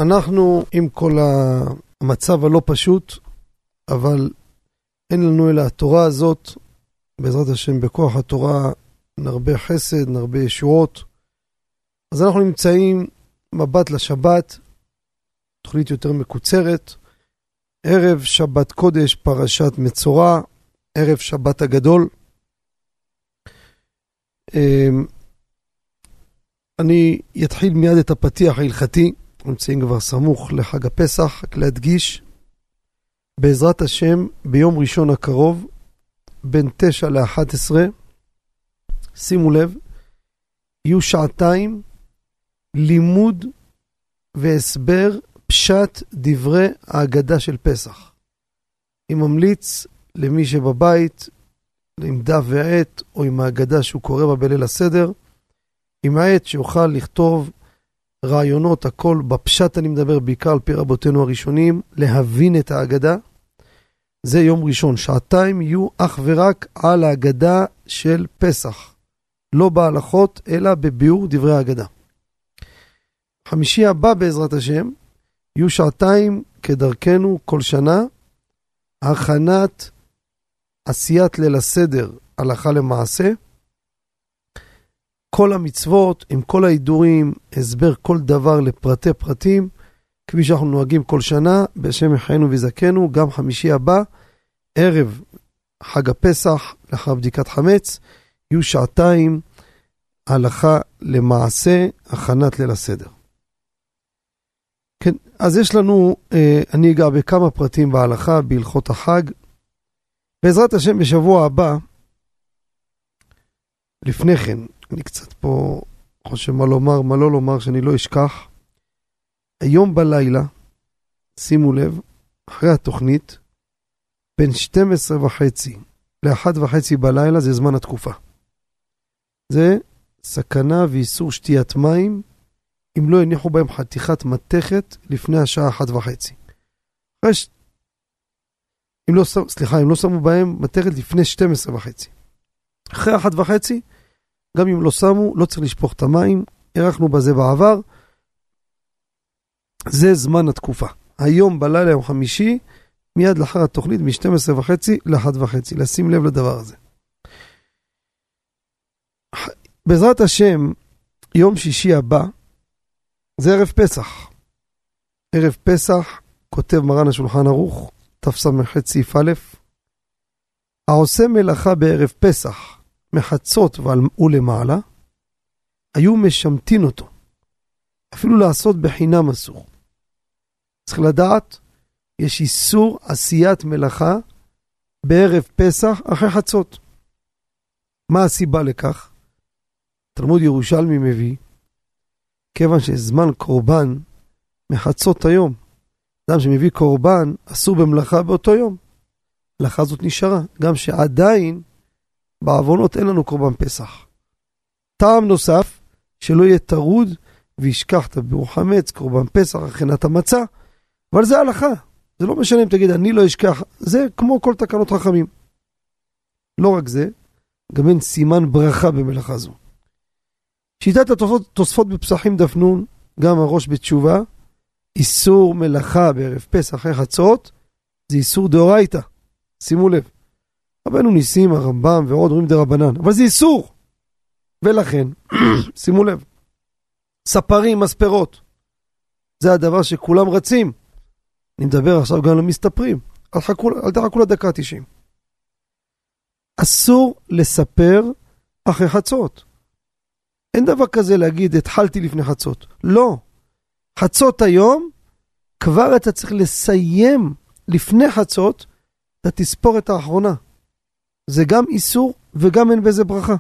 אנחנו עם כל המצב הלא פשוט, אבל אין לנו אלא התורה הזאת, בעזרת השם בכוח התורה נרבה חסד, נרבה ישועות. אז אנחנו נמצאים מבט לשבת, תוכנית יותר מקוצרת, ערב שבת קודש פרשת מצורע, ערב שבת הגדול. אני אתחיל מיד את הפתיח ההלכתי, נמצאים כבר סמוך לחג הפסח, רק להדגיש, בעזרת השם ביום ראשון הקרוב, בין 9 ל-11, שימו לב, יהיו שעתיים לימוד והסבר פשט דברי ההגדה של פסח. אני ממליץ למי שבבית, עם דף ועט, או עם ההגדה שהוא קורא בה בליל הסדר, עם העט שיוכל לכתוב רעיונות, הכל בפשט אני מדבר בעיקר על פי רבותינו הראשונים, להבין את ההגדה. זה יום ראשון, שעתיים יהיו אך ורק על ההגדה של פסח. לא בהלכות, אלא בביאור דברי ההגדה. חמישי הבא בעזרת השם, יהיו שעתיים כדרכנו כל שנה, הכנת עשיית ליל הסדר הלכה למעשה, כל המצוות עם כל ההידורים, הסבר כל דבר לפרטי פרטים, כפי שאנחנו נוהגים כל שנה, בשם יחיינו וזכנו, גם חמישי הבא, ערב חג הפסח, לאחר בדיקת חמץ, יהיו שעתיים הלכה למעשה, הכנת ליל הסדר. כן, אז יש לנו, אני אגע בכמה פרטים בהלכה, בהלכות החג. בעזרת השם בשבוע הבא, לפני כן, אני קצת פה חושב מה לומר, מה לא לומר, שאני לא אשכח. היום בלילה, שימו לב, אחרי התוכנית, בין 12:30 ל-1:30 בלילה, זה זמן התקופה. זה סכנה ואיסור שתיית מים, אם לא הניחו בהם חתיכת מתכת לפני השעה 1:30. אם לא שמו בהם מתכת לפני 12:30. אחרי 1:30, גם אם לא שמו, לא צריך לשפוך את המים, ערכנו בזה בעבר, זה זמן התקופה. היום בלילה, יום חמישי, מיד לאחר התוכנית, מ-12:30 ל-1:30, לשים לב לדבר הזה. בעזרת השם, יום שישי הבא, זה ערב פסח. ערב פסח, כותב מרן השולחן ערוך, תס"ח סעיף א', העושה מלאכה בערב פסח, מחצות ולמעלה, היו משמתין אותו. אפילו לעשות בחינם אסור. צריך לדעת, יש איסור עשיית מלאכה בערב פסח אחרי חצות. מה הסיבה לכך? תלמוד ירושלמי מביא, כיוון שזמן קורבן מחצות היום. אדם שמביא קורבן אסור במלאכה באותו יום. המלאכה הזאת נשארה, גם שעדיין בעוונות אין לנו קורבן פסח. טעם נוסף, שלא יהיה טרוד וישכח את הביאור חמץ, קורבן פסח, הכנת המצה, אבל זה הלכה. זה לא משנה אם תגיד, אני לא אשכח, זה כמו כל תקנות חכמים. לא רק זה, גם אין סימן ברכה במלאכה זו. שיטת התוספות בפסחים דף נון, גם הראש בתשובה, איסור מלאכה בערב פסח אחרי חצות, זה איסור דאורייתא. שימו לב. רבנו ניסים, הרמב"ם ועוד אומרים דרבנן, אבל זה איסור. ולכן, שימו לב, ספרים, מספרות, זה הדבר שכולם רצים. אני מדבר עכשיו גם למסתפרים, אל תחכו לדקה 90. אסור לספר אחרי חצות. אין דבר כזה להגיד, התחלתי לפני חצות. לא. חצות היום, כבר אתה צריך לסיים לפני חצות, את התספורת האחרונה. זה גם איסור וגם אין בזה ברכה.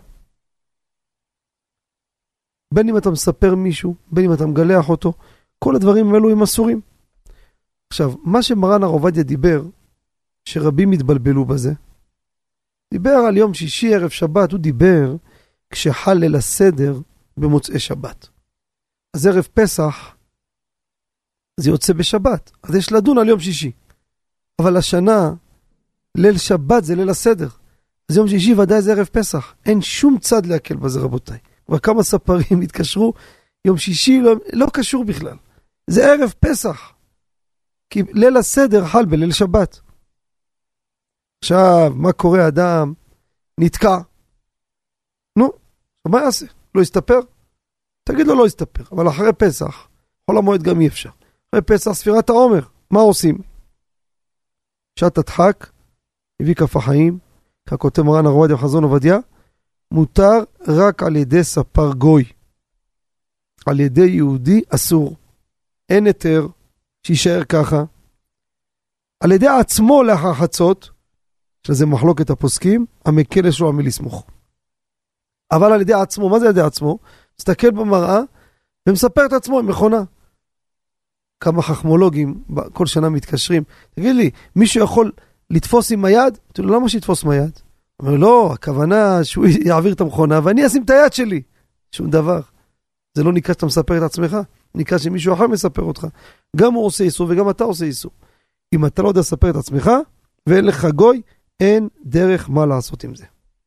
בין אם אתה מספר מישהו, בין אם אתה מגלח אותו, כל הדברים האלו הם אסורים. עכשיו, מה שמרן הר עובדיה דיבר, שרבים מתבלבלו בזה, דיבר על יום שישי ערב שבת, הוא דיבר כשחל ליל הסדר במוצאי שבת. אז ערב פסח זה יוצא בשבת, אז יש לדון על יום שישי. אבל השנה, ליל שבת זה ליל הסדר. אז יום שישי ודאי זה ערב פסח. אין שום צד להקל בזה רבותיי. כבר כמה ספרים התקשרו, יום שישי לא קשור בכלל. זה ערב פסח. כי ליל הסדר חל בליל שבת. עכשיו, מה קורה? אדם נתקע. נו, מה יעשה? לא יסתפר? תגיד לו לא יסתפר, אבל אחרי פסח, חול המועד גם אי אפשר. אחרי פסח ספירת העומר, מה עושים? שעת הדחק, הביא כף החיים, ככותב מרן הרב עובדיה בחזון עובדיה, מותר רק על ידי ספר גוי. על ידי יהודי אסור. אין היתר שישאר ככה. על ידי עצמו לאחר חצות, שזה מחלוקת הפוסקים, המקל יש לו עמי לסמוך. אבל על ידי עצמו, מה זה על ידי עצמו? מסתכל במראה ומספר את עצמו עם מכונה. כמה חכמולוגים כל שנה מתקשרים. תגיד לי, מישהו יכול לתפוס עם היד? תגיד לו, למה שיתפוס מהיד? הוא אומר, לא, הכוונה שהוא יעביר את המכונה ואני אשים את היד שלי. שום דבר. זה לא נקרא שאתה מספר את עצמך, נקרא שמישהו אחר מספר אותך. גם הוא עושה איסור וגם אתה עושה איסור. אם אתה לא יודע לספר את עצמך ואין לך גוי, אין דרך מה לעשות עם זה.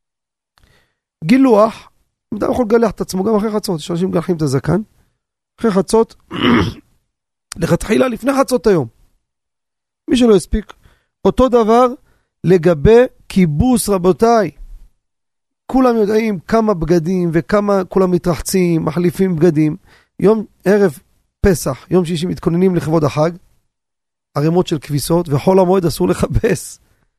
גילוח, אדם יכול לגלח את עצמו גם אחרי חצות. יש אנשים גלחים את הזקן. אחרי חצות, לכתחילה לפני חצות היום. מי שלא הספיק. אותו דבר לגבי כיבוס, רבותיי. כולם יודעים כמה בגדים וכמה כולם מתרחצים, מחליפים בגדים. יום ערב פסח, יום שישי מתכוננים לכבוד החג. ערימות של כביסות, וחול המועד אסור לכבס.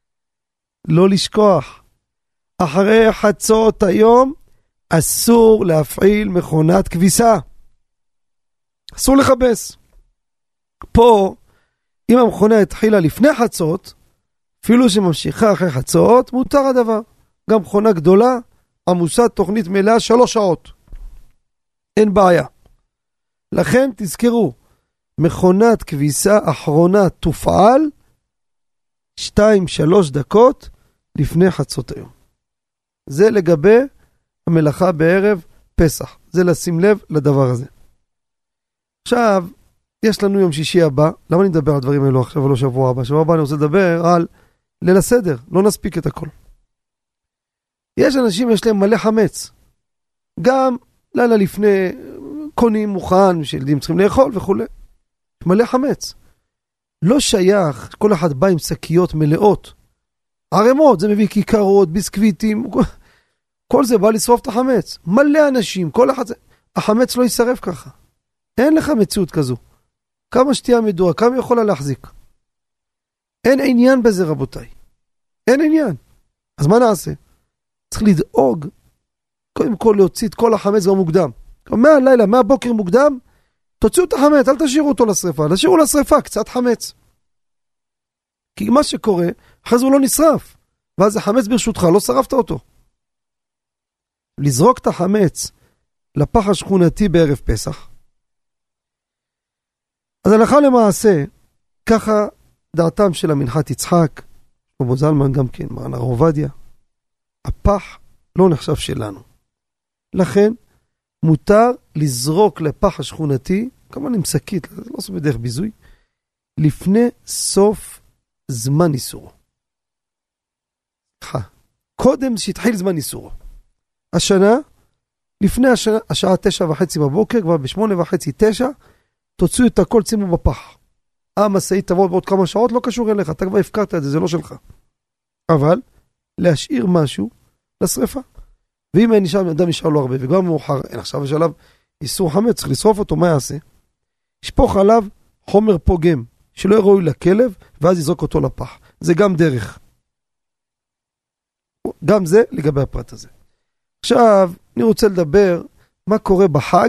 לא לשכוח. אחרי חצות היום אסור להפעיל מכונת כביסה. אסור לכבס. פה, אם המכונה התחילה לפני חצות, אפילו שממשיכה אחרי חצות, מותר הדבר. גם מכונה גדולה, עמוסת תוכנית מלאה 3 שעות. אין בעיה. לכן תזכרו, מכונת כביסה אחרונה תופעל 2-3 דקות לפני חצות היום. זה לגבי המלאכה בערב פסח. זה לשים לב לדבר הזה. עכשיו, יש לנו יום שישי הבא. למה אני מדבר על דברים האלו עכשיו ולא שבוע הבא? שבוע הבא אני רוצה לדבר על ליל הסדר. לא נספיק את הכל. יש אנשים, יש להם מלא חמץ. גם לילה לפני קונים מוכן, שילדים צריכים לאכול וכו'. מלא חמץ. לא שייך, כל אחד בא עם שקיות מלאות. ערימות, זה מביא כיכרות, ביסקוויטים, כל זה בא לשרוף את החמץ. מלא אנשים, כל אחד, החמץ לא יישרף ככה. אין לך מציאות כזו. כמה שתייה מדורה, כמה יכולה להחזיק. אין עניין בזה, רבותיי. אין עניין. אז מה נעשה? צריך לדאוג, קודם כל להוציא את כל החמץ במוקדם. מהלילה, מהבוקר מוקדם, תוציאו את החמץ, אל תשאירו אותו לשריפה. תשאירו לשריפה קצת חמץ. כי מה שקורה, אחרי זה הוא לא נשרף. ואז החמץ ברשותך, לא שרפת אותו. לזרוק את החמץ לפח השכונתי בערב פסח. אז הלכה למעשה, ככה דעתם של המנחת יצחק, רבו זלמן גם כן, מרן הרב עובדיה, הפח לא נחשב שלנו. לכן, מותר לזרוק לפח השכונתי, כמובן עם שקית, לא עושה בדרך ביזוי, לפני סוף זמן איסורו. קודם שהתחיל זמן איסורו. השנה, לפני השעה 9:30 בבוקר, כבר ב8:30, 9, תוציאו את הכל, שימו בפח. המשאית תבוא בעוד כמה שעות, לא קשור אליך, אתה כבר הפקרת את זה, זה לא שלך. אבל, להשאיר משהו לשריפה. ואם אדם נשאר לו הרבה, וגם מאוחר, אין עכשיו יש עליו איסור חמץ, צריך לשרוף אותו, מה יעשה? ישפוך עליו חומר פוגם, שלא יראוי לכלב, ואז יזרוק אותו לפח. זה גם דרך. גם זה לגבי הפרט הזה. עכשיו, אני רוצה לדבר מה קורה בחג.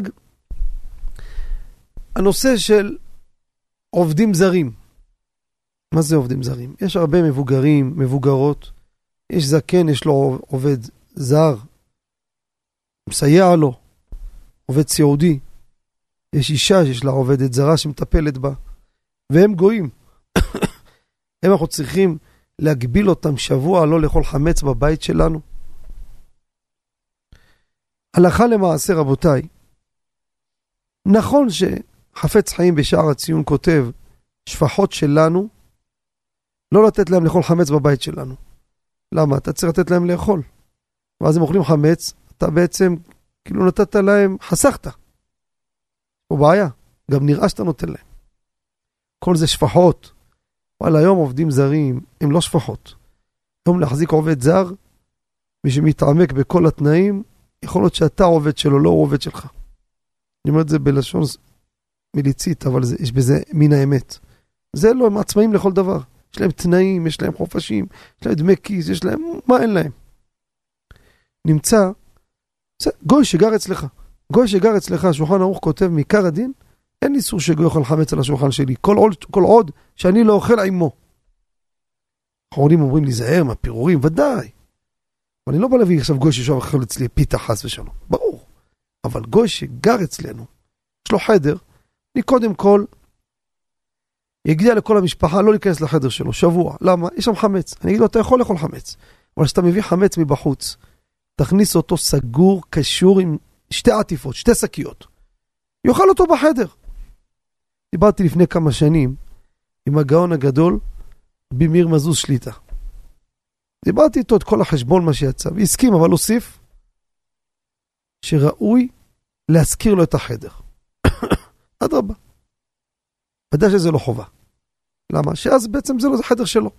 הנושא של עובדים זרים. מה זה עובדים זרים? יש הרבה מבוגרים, מבוגרות. יש זקן, יש לו עובד זר. מסייע לו. עובד סיעודי. יש אישה שיש לה עובדת זרה שמטפלת בה. והם גויים. הם אנחנו צריכים להגביל אותם שבוע, לא לאכול חמץ בבית שלנו. הלכה למעשה, רבותיי, נכון שחפץ חיים בשער הציון כותב, שפחות שלנו, לא לתת להם לאכול חמץ בבית שלנו. למה? אתה צריך לתת להם לאכול. ואז הם אוכלים חמץ, אתה בעצם כאילו נתת להם, חסכת. או בעיה, גם נראה שאתה נותן להם. כל זה שפחות. אבל היום עובדים זרים הם לא שפחות. היום להחזיק עובד זר, מי שמתעמק בכל התנאים, יכול להיות שאתה עובד שלו, לא הוא עובד שלך. אני אומר את זה בלשון מיליצית, אבל יש בזה מן האמת. זה לא, הם עצמאים לכל דבר. יש להם תנאים, יש להם חופשים, יש להם דמי כיס, יש להם, מה אין להם? נמצא, זה גוי שגר אצלך. גוי שגר אצלך, שולחן ערוך כותב מעיקר הדין, אין איסור שגוי אוכל חמץ על השולחן שלי. כל עוד שאני לא אוכל עמו. אחרונים אומרים לי, זהר מהפירורים, ודאי. אבל אני לא בא להביא עכשיו גוי ששוב אוכל אצלי פיתה חס ושלום. ברור. אבל גוי שגר אצלנו, יש לו חדר, אני קודם כל יגיע לכל המשפחה לא להיכנס לחדר שלו, שבוע. למה? יש שם חמץ. אני אגיד לו, אתה יכול לאכול חמץ. אבל כשאתה מביא חמץ מבחוץ, תכניס אותו סגור, קשור עם שתי עטיפות, שתי שקיות. יאכל אותו בחדר. דיברתי לפני כמה שנים עם הגאון הגדול, במיר מזוז שליטה. דיברתי איתו את כל החשבון מה שיצא, והסכים, אבל הוסיף שראוי להזכיר לו את החדר. אדרבה. ודאי שזה לא חובה. למה? שאז בעצם זה לא חדר שלו.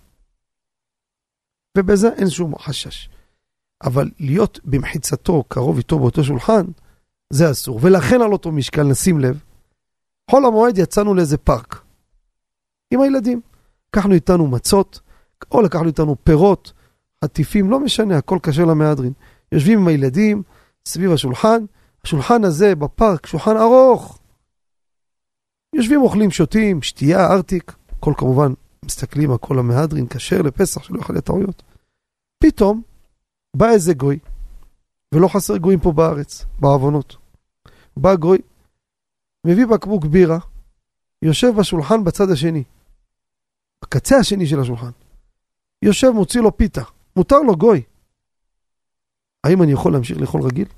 ובזה אין שום חשש. אבל להיות במחיצתו, קרוב איתו באותו שולחן, זה אסור. ולכן על אותו משקל, נשים לב, חול המועד יצאנו לאיזה פארק. עם הילדים. לקחנו איתנו מצות, או לקחנו איתנו פירות, חטיפים, לא משנה, הכל קשה למהדרין. יושבים עם הילדים, סביב השולחן, השולחן הזה בפארק, שולחן ארוך. יושבים, אוכלים, שותים, שתייה, ארטיק, כל כמובן מסתכלים על כל המהדרין, כשר לפסח, שלא יוכל לטעויות. פתאום בא איזה גוי, ולא חסר גויים פה בארץ, בעוונות. בא גוי, מביא בקבוק בירה, יושב בשולחן בצד השני, בקצה השני של השולחן. יושב, מוציא לו פיתה. מותר לו גוי. האם אני יכול להמשיך לאכול רגיל?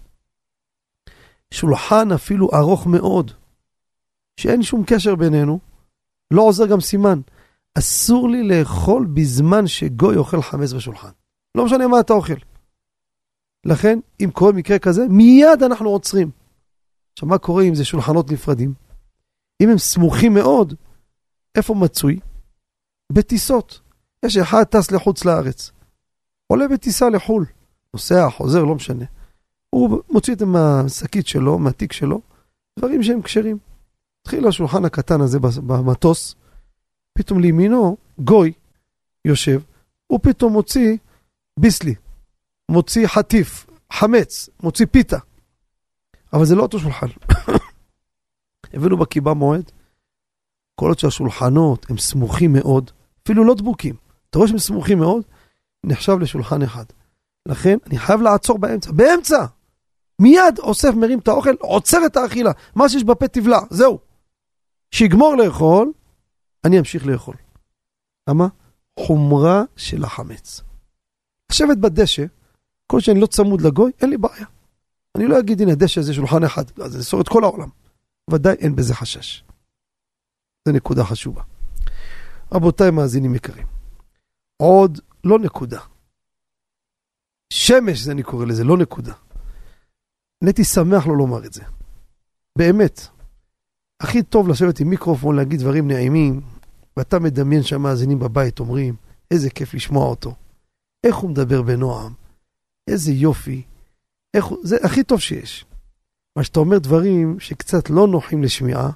שולחן אפילו ארוך מאוד, שאין שום קשר בינינו, לא עוזר גם סימן. אסור לי לאכול בזמן שגוי אוכל חמץ בשולחן. לא משנה מה אתה אוכל. לכן, אם קורה מקרה כזה, מיד אנחנו עוצרים. עכשיו, מה קורה אם זה שולחנות נפרדים? אם הם סמוכים מאוד, איפה מצוי? בטיסות. יש אחד טס לחוץ לארץ. עולה בטיסה לחול. נוסע, חוזר, לא משנה. הוא מוציא את מהשקית שלו, מהתיק שלו, דברים שהם קשרים. התחיל השולחן הקטן הזה במטוס, פתאום לימינו, גוי, יושב, הוא פתאום מוציא ביסלי, מוציא חטיף, חמץ, מוציא פיתה. אבל זה לא אותו שולחן. הבאנו בקיבה מועד, כל עוד שהשולחנות הם סמוכים מאוד, אפילו לא דבוקים. אתה רואה שהם סמוכים מאוד, נחשב לשולחן אחד. לכן אני חייב לעצור באמצע. מיד אוסף מרים את האוכל, עוצר את האכילה. מה שיש בפה תבלע, זהו. שיגמור לאכול, אני אמשיך לאכול. למה? חומרה של החמץ. לשבת בדשא, כל שאני לא צמוד לגוי, אין לי בעיה. אני לא אגיד, הנה, דשא זה שולחן אחד. לא, זה לסור את כל העולם. ודאי אין בזה חשש. זה נקודה חשובה. רבותיי מאזינים יקרים. עוד לא נקודה. שמש זה אני קורא לזה, לא נקודה. נהייתי שמח לא לומר את זה. באמת. הכי טוב לשבת עם מיקרופון, להגיד דברים נעימים, ואתה מדמיין שהמאזינים בבית אומרים, איזה כיף לשמוע אותו. איך הוא מדבר בנועם. איזה יופי. זה הכי טוב שיש. מה שאתה אומר דברים שקצת לא נוחים לשמיעה,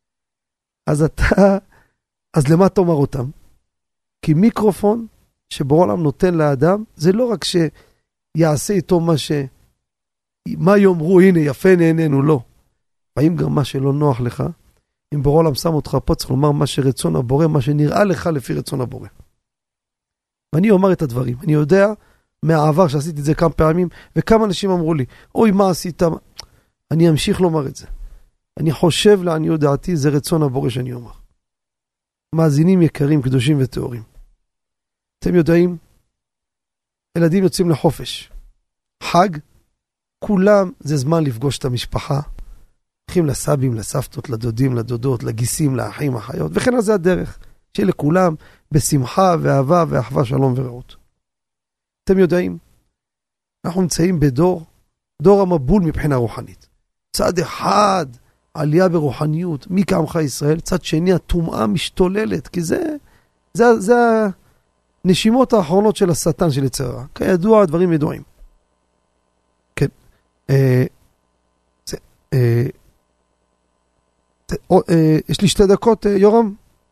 אז למה אתה אומר אותם? כי מיקרופון שבורא עולם נותן לאדם, זה לא רק שיעשה איתו מה יאמרו, הנה יפה נהננו, לא. ואם גם מה שלא נוח לך, אם בורא עולם שם אותך פה, צריך לומר מה שרצון הבורא, מה שנראה לך לפי רצון הבורא. ואני אומר את הדברים, אני יודע מהעבר שעשיתי את זה כמה פעמים, וכמה אנשים אמרו לי, אוי מה עשית? אני אמשיך לומר את זה. אני חושב לעניות דעתי, זה רצון הבורא שאני אומר. מאזינים יקרים, קדושים וטהורים. אתם יודעים, ילדים יוצאים לחופש. חג, כולם זה זמן לפגוש את המשפחה. הולכים לסבים, לסבתות, לדודים, לדודות, לגיסים, לאחים, אחיות, וכן על זה הדרך. שיהיה לכולם בשמחה ואהבה ואחווה, שלום ורעות. אתם יודעים, אנחנו נמצאים בדור המבול מבחינה רוחנית. צד אחד, עלייה ברוחניות, מי כעמך ישראל, צד שני הטומאה משתוללת, כי זה הנשימות האחרונות של השטן של יצר הרע. כידוע, הדברים ידועים. כן. יש לי 2 דקות, יורם?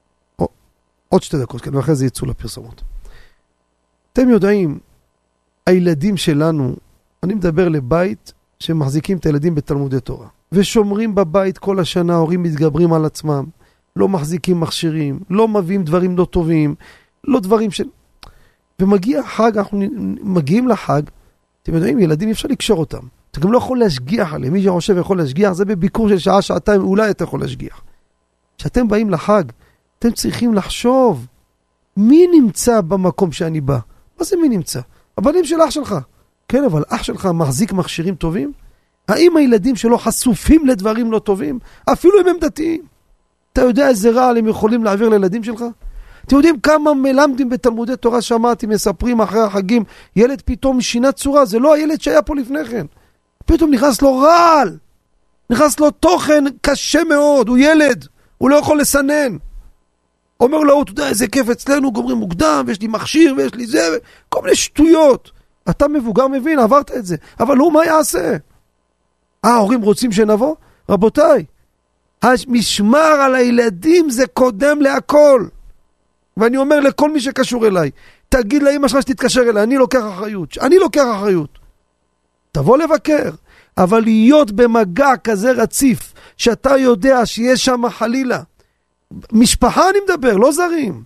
עוד 2 דקות, כן, ואחרי זה יצאו לפרסומות. אתם יודעים, הילדים שלנו, אני מדבר לבית שמחזיקים את הילדים בתלמודי תורה, ושומרים בבית כל השנה, הורים מתגברים על עצמם, לא מחזיקים מכשירים, לא מביאים דברים לא טובים, לא דברים של... ומגיע חג, אנחנו מגיעים לחג, אתם יודעים, ילדים אפשר לקשור אותם. אתה גם לא יכול להשגיח עליהם, מי שחושב יכול להשגיח, זה בביקור של שעה, שעתיים, אולי אתה יכול להשגיח. כשאתם באים לחג, אתם צריכים לחשוב, מי נמצא במקום שאני בא? מה זה מי נמצא? הבנים של אח שלך. כן, אבל אח שלך מחזיק מכשירים טובים? האם הילדים שלו חשופים לדברים לא טובים? אפילו אם הם דתיים. אתה יודע איזה רעל הם יכולים להעביר לילדים שלך? אתם יודעים כמה מלמדים בתלמודי תורה שמעתי, מספרים אחרי החגים, ילד פתאום שינה צורה, זה לא הילד שהיה פה לפני כן. פתאום נכנס לו רעל, נכנס לו תוכן קשה מאוד, הוא ילד, הוא לא יכול לסנן. אומר לו, אתה יודע איזה כיף אצלנו, גומרים מוקדם, ויש לי מכשיר, ויש לי זה, כל מיני שטויות. אתה מבוגר מבין, עברת את זה, אבל הוא מה יעשה? ההורים רוצים שנבוא? רבותיי, המשמר על הילדים זה קודם להכל. ואני אומר לכל מי שקשור אליי, תגיד לאמא שלך שתתקשר אליי, אני לוקח אחריות. אני לוקח אחריות. תבוא לבקר, אבל להיות במגע כזה רציף, שאתה יודע שיש שם חלילה, משפחה אני מדבר, לא זרים,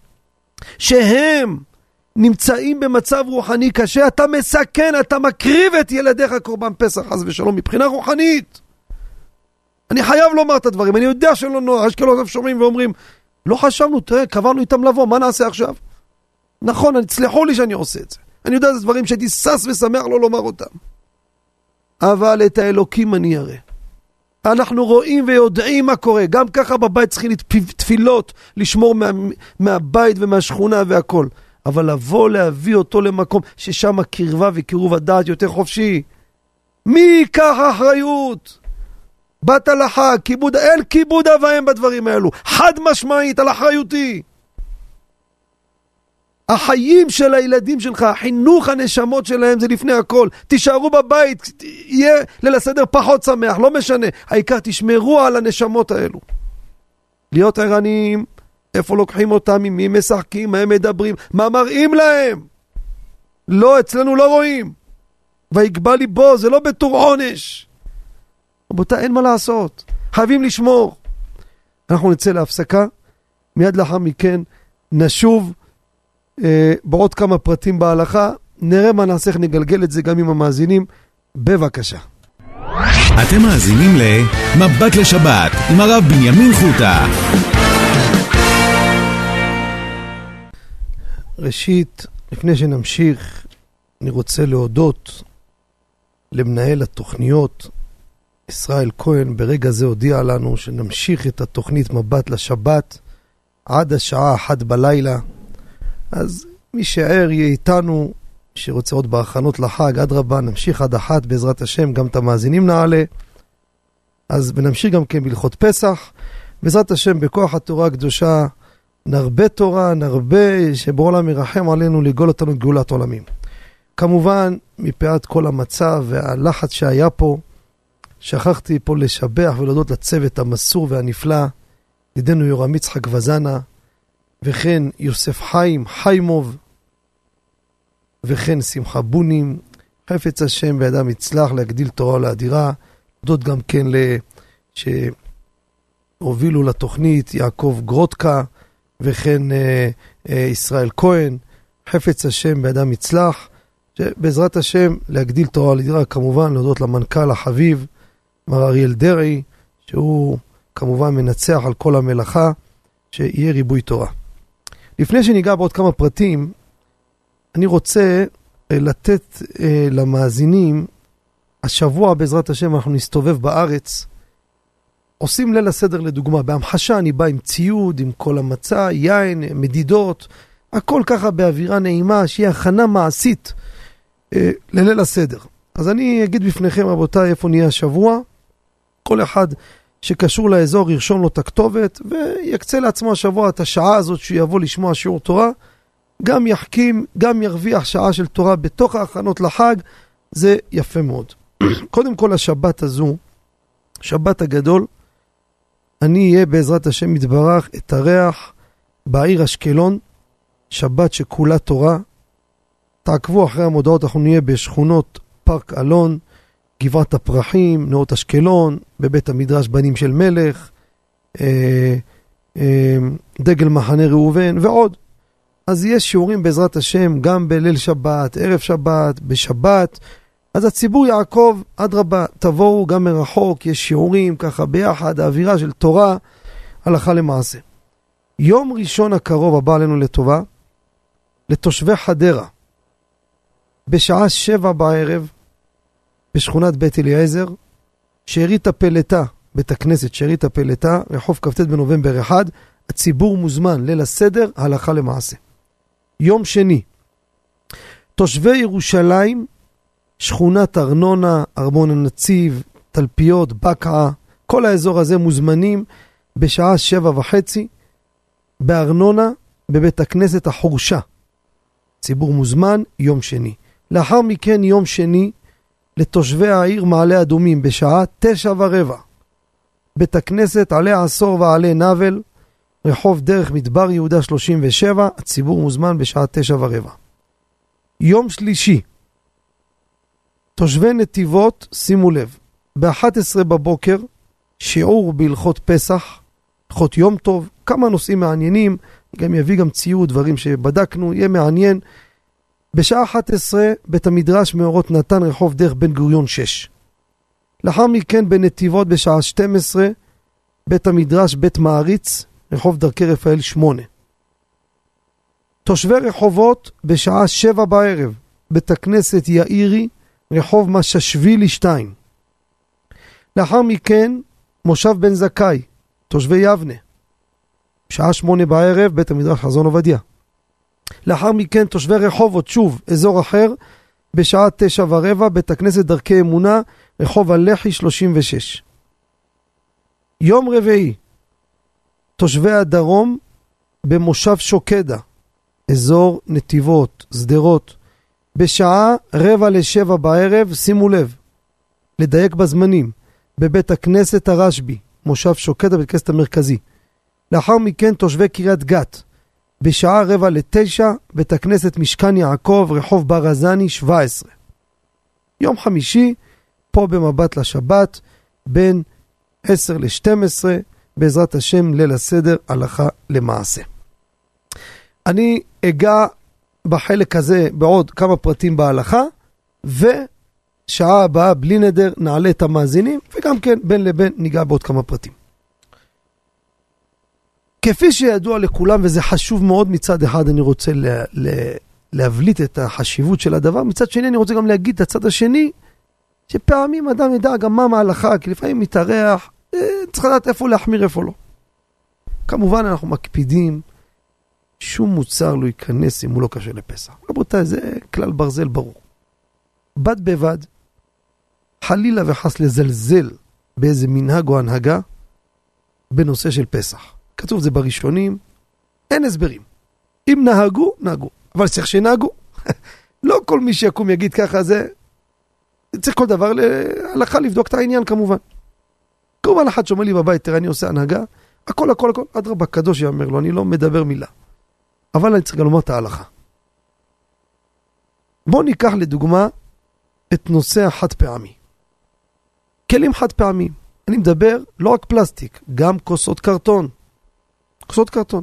שהם נמצאים במצב רוחני קשה, אתה מסכן, אתה מקריב את ילדיך קורבן פסח, חס ושלום, מבחינה רוחנית. אני חייב לומר את הדברים, אני יודע שלא נוח, יש כאלה שומעים ואומרים, לא חשבנו, תראה, קבענו איתם לבוא, מה נעשה עכשיו? נכון, תסלחו לי שאני עושה את זה. אני יודע, זה דברים שהייתי סס ושמח לא לומר אותם. אבל את האלוקים אני אראה. אנחנו רואים ויודעים מה קורה. גם ככה בבית צריכים תפילות, לשמור מהבית ומהשכונה והכל. אבל לבוא להביא אותו למקום ששם הקרבה וקירוב הדעת יותר חופשי. מי ייקח אחריות? באת לחג, אין כיבוד אב ואם בדברים האלו. חד משמעית על אחריותי. החיים של הילדים שלך, חינוך הנשמות שלהם זה לפני הכל. תישארו בבית, יהיה ליל הסדר פחות שמח, לא משנה. העיקר תשמרו על הנשמות האלו. להיות ערניים, איפה לוקחים אותם, עם מי משחקים, מה הם מדברים, מה מראים להם. לא, אצלנו לא רואים. ויקבע לי בו, זה לא בתור עונש. רבותיי, אין מה לעשות. חייבים לשמור. אנחנו נצא להפסקה. מיד לאחר מכן נשוב בעוד כמה פרטים בהלכה. נראה מה נעשה, נגלגל את זה גם עם המאזינים. בבקשה. אתם מאזינים למבט לשבת עם הרב בנימין חוטה. ראשית, לפני שנמשיך, אני רוצה להודות למנהל התוכניות, ישראל כהן. ברגע זה הודיע לנו שנמשיך את התוכנית מבט לשבת עד השעה 1 בלילה. אז מי שער יהיה איתנו, שרוצה עוד בהכנות לחג, עד רבה, נמשיך עד 1 בעזרת השם, גם את המאזינים נעלה. אז ונמשיך גם כן בהלכות פסח. בעזרת השם, בכוח התורה הקדושה, נרבה תורה, נרבה שבעולם ירחם עלינו לגאול אותנו גאולת עולמים. כמובן, מפאת כל המצב והלחץ שהיה פה, שכחתי פה לשבח ולהודות לצוות המסור והנפלא, ידידנו יורם יצחק וזנה, וכן יוסף חיימוב, וכן שמחה בונים, חפץ השם בידם יצלח להגדיל תורה ולאדירה. להודות גם כן שהובילו לתוכנית יעקב גרוטקה, וכן ישראל כהן, חפץ השם בידם יצלח, שבעזרת השם להגדיל תורה ולאדירה. כמובן להודות למנכ"ל החביב, מר אריאל דרעי, שהוא כמובן מנצח על כל המלאכה, שיהיה ריבוי תורה. לפני שניגע בעוד כמה פרטים, אני רוצה לתת למאזינים, השבוע בעזרת השם אנחנו נסתובב בארץ, עושים ליל הסדר לדוגמה, בהמחשה אני בא עם ציוד, עם כל המצע, יין, מדידות, הכל ככה באווירה נעימה, שיהיה הכנה מעשית לליל הסדר. אז אני אגיד בפניכם רבותיי איפה נהיה השבוע, כל אחד שקשור לאזור ירשום לו את הכתובת, ויקצה לעצמו השבוע את השעה הזאת שהוא יבוא לשמוע שיעור תורה, גם יחכים, גם ירוויח שעה של תורה בתוך ההכנות לחג, זה יפה מאוד. קודם כל השבת הזו, שבת הגדול, אני אהיה בעזרת השם יתברך את הריח בעיר אשקלון, שבת שכולה תורה. תעקבו אחרי המודעות, אנחנו נהיה בשכונות פארק אלון, גבעת הפרחים, נאות אשקלון, בבית המדרש בנים של מלך, דגל מחנה ראובן ועוד. אז יש שיעורים בעזרת השם גם בליל שבת, ערב שבת, בשבת. אז הציבור יעקב, אדרבה, תבואו גם מרחוק, יש שיעורים ככה ביחד, האווירה של תורה, הלכה למעשה. יום ראשון הקרוב הבא עלינו לטובה, לתושבי חדרה, בשעה 7 בערב, בשכונת בית אליעזר, שארית הפלטה, בית הכנסת שארית הפלטה, רחוב כ"ט בנובמבר 1, הציבור מוזמן, ליל הסדר, הלכה למעשה. יום שני, תושבי ירושלים, שכונת ארנונה, ארמון הנציב, תלפיות, בקעה, כל האזור הזה מוזמנים בשעה 7:30 בארנונה, בבית הכנסת החורשה. ציבור מוזמן, יום שני. לאחר מכן יום שני, לתושבי העיר מעלה אדומים בשעה 9:15. בית הכנסת עלי עשור ועלי נבל, רחוב דרך מדבר יהודה 37, הציבור מוזמן בשעה 9:15. יום שלישי, תושבי נתיבות, שימו לב, ב-11 בבוקר, שיעור בהלכות פסח, הלכות יום טוב, כמה נושאים מעניינים, גם יביא גם ציוד, דברים שבדקנו, יהיה מעניין. בשעה 11, בית המדרש מאורות נתן, רחוב דרך בן גוריון 6. לאחר מכן בנתיבות בשעה 12, בית המדרש בית מעריץ, רחוב דרכי רפאל 8. תושבי רחובות בשעה 7 בערב, בית הכנסת יאירי, רחוב מששווילי 2. לאחר מכן מושב בן זכאי, תושבי יבנה, בשעה 8 בערב, בית המדרש חזון עובדיה. לאחר מכן תושבי רחובות, שוב, אזור אחר, בשעה 9:15, בית הכנסת דרכי אמונה, רחוב הלחי 36. יום רביעי, תושבי הדרום, במושב שוקדה, אזור נתיבות, סדרות, בשעה 6:45 בערב, שימו לב, לדייק בזמנים, בבית הכנסת הרשבי, מושב שוקדה, בית הכנסת המרכזי. לאחר מכן תושבי קריית גת, בשעה 8:45, בית הכנסת משכן יעקב, רחוב ברזני 17. יום חמישי, פה במבט לשבת, בין 10 ל-12, בעזרת השם ליל הסדר, הלכה למעשה. אני אגע בחלק הזה בעוד כמה פרטים בהלכה, ושעה הבאה בלי נדר נעלה את המאזינים, וגם כן בין לבין ניגע בעוד כמה פרטים. כפי שידוע לכולם, וזה חשוב מאוד, מצד אחד אני רוצה להבליט את החשיבות של הדבר, מצד שני אני רוצה גם להגיד את הצד השני, שפעמים אדם ידע גם מה מההלכה, כי לפעמים מתארח, צריך לדעת איפה להחמיר, איפה לא. כמובן אנחנו מקפידים, שום מוצר לא ייכנס אם הוא לא קשה לפסח. רבותיי, זה כלל ברזל ברור. בד בבד, חלילה וחס לזלזל באיזה מנהג או הנהגה, בנושא של פסח. כתוב זה בראשונים, אין הסברים. אם נהגו, נהגו. אבל צריך שנהגו. לא כל מי שיקום יגיד ככה, זה צריך כל דבר להלכה לבדוק את העניין כמובן. כמובן אחד שאומר לי בבית, תראה אני עושה הנהגה, הכל, אדרבה קדוש יאמר לו, אני לא מדבר מילה. אבל אני צריך לומר את ההלכה. בואו ניקח לדוגמה את נושא החד פעמי. כלים חד פעמיים. אני מדבר לא רק פלסטיק, גם כוסות קרטון. כוסות קרטון.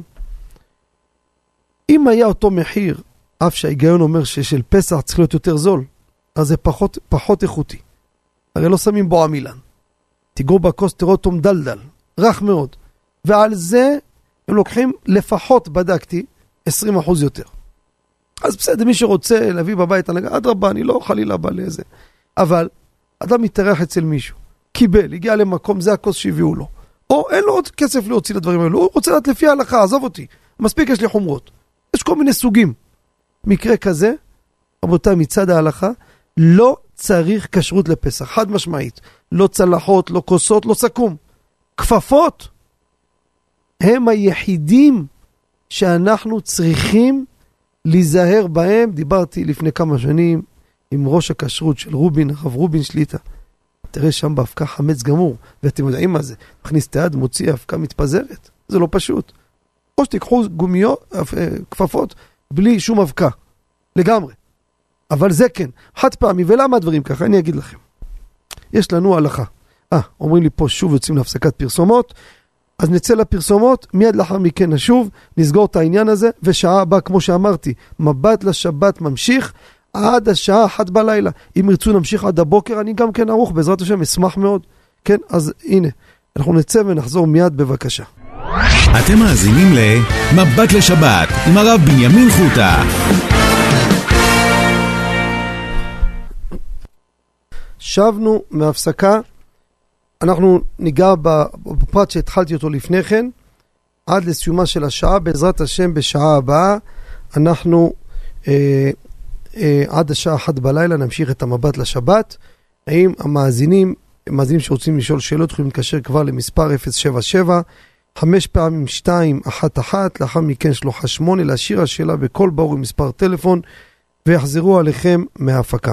אם היה אותו מחיר, אף שההיגיון אומר ששל פסח צריך להיות יותר זול, אז זה פחות איכותי. הרי לא שמים בו עמילן. תיגעו בכוס תראו אותו מדלדל, רך מאוד. ועל זה הם לוקחים לפחות, בדקתי, 20% יותר. אז בסדר, מי שרוצה להביא בבית הנהגה, אדרבה, אני לא חלילה בא לאיזה. אבל אדם מתארח אצל מישהו, קיבל, הגיע למקום, זה הכוס שהביאו לו. או אין לו עוד כסף להוציא לדברים האלו, הוא רוצה לדעת לפי ההלכה, עזוב אותי. מספיק יש לי חומרות. יש כל מיני סוגים. מקרה כזה, רבותיי, מצד ההלכה, לא צריך כשרות לפסח, חד משמעית. לא צלחות, לא כוסות, לא סכום. כפפות, הם היחידים שאנחנו צריכים להיזהר בהם. דיברתי לפני כמה שנים עם ראש הכשרות של רובין, הרב רובין שליטה. תראה שם בהפקה חמץ גמור, ואתם יודעים מה זה, מכניס את היד, מוציא, ההפקה מתפזרת. זה לא פשוט. או שתיקחו גומיות, כפפות, בלי שום אבקה. לגמרי. אבל זה כן, חד פעמי. ולמה הדברים ככה? אני אגיד לכם. יש לנו הלכה. אומרים לי פה שוב יוצאים להפסקת פרסומות, אז נצא לפרסומות, מיד לאחר מכן נשוב, נסגור את העניין הזה, ושעה הבאה, כמו שאמרתי, מבט לשבת ממשיך, עד השעה 1 בלילה. אם ירצו נמשיך עד הבוקר, אני גם כן ערוך, בעזרת השם, אשמח מאוד. כן, אז הנה, אנחנו נצא ונחזור מיד בבקשה. אתם מאזינים למבט לשבת עם הרב בנימין חוטה. שבנו מהפסקה, אנחנו ניגע בפרט שהתחלתי אותו לפני כן, עד לסיומה של השעה, בעזרת השם בשעה הבאה, אנחנו עד השעה 1 בלילה נמשיך את המבט לשבת. האם המאזינים שרוצים לשאול שאלות, יכולים להתקשר כבר למספר 077, 5 פעמים 211, לאחר מכן 38, להשאיר השאלה בכל ברור עם מספר טלפון, ויחזרו עליכם מההפקה.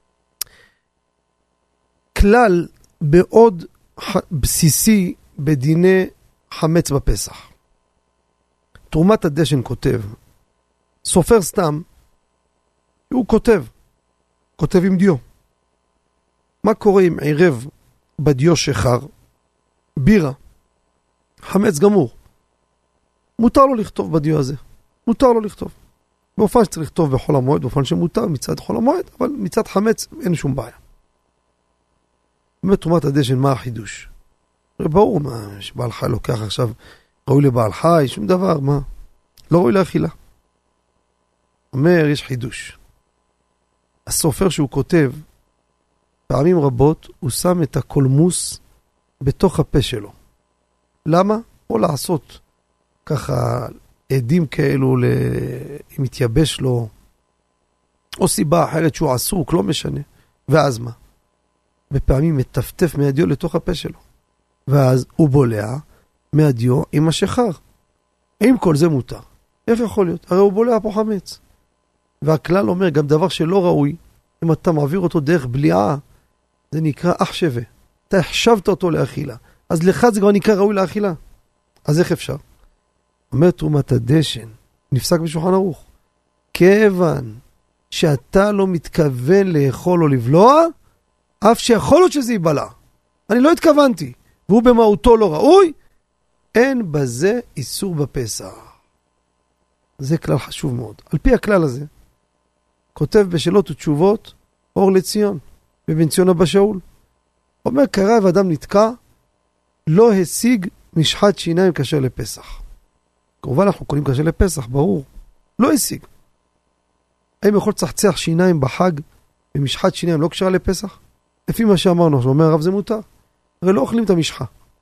כלל בעוד בסיסי בדיני חמץ בפסח. תרומת הדשן כותב, סופר סתם, הוא כותב עם דיו. מה קורה אם ערב בדיו שחר, בירה, חמץ גמור? מותר לו לכתוב בדיו הזה. מותר לו לכתוב. באופן שצריך לכתוב בחול המועד, באופן שמותר מצד חול המועד, אבל מצד חמץ אין שום בעיה. באמת תרומת הדשן, מה החידוש? ברור, מה, שבעל חי לוקח עכשיו, ראוי לבעל חי, שום דבר, מה? לא ראוי לאכילה. אומר, יש חידוש. הסופר שהוא כותב, פעמים רבות, הוא שם את הקולמוס בתוך הפה שלו. למה? או לעשות ככה עדים כאלו, אם מתייבש לו, או סיבה אחרת שהוא עסוק, לא משנה. ואז מה? בפעמים מטפטף מהדיו לתוך הפה שלו. ואז הוא בולע מהדיו עם השחר. אם כל זה מותר, איך יכול להיות? הרי הוא בולע פה חמץ. והכלל אומר, גם דבר שלא ראוי, אם אתה מעביר אותו דרך בליעה, זה נקרא אח שווה. אתה החשבת אותו לאכילה. אז לך זה כבר נקרא ראוי לאכילה. אז איך אפשר? אומר תרומת הדשן, נפסק בשולחן ערוך. כיוון שאתה לא מתכוון לאכול או לבלוע, אף שיכול להיות שזה ייבלע. אני לא התכוונתי, והוא במהותו לא ראוי, אין בזה איסור בפסח. זה כלל חשוב מאוד. על פי הכלל הזה, כותב בשאלות ותשובות, אור לציון, בבן ציון אבא שאול. אומר, קרא ואדם נתקע, לא השיג משחת שיניים כשר לפסח. כמובן אנחנו קוראים כשר לפסח, ברור. לא השיג. האם יכול צחצח שיניים בחג, במשחת שיניים לא כשרה לפסח? לפי מה שאמרנו, שאומר הרב זה מותר. הרי לא אוכלים את המשחה.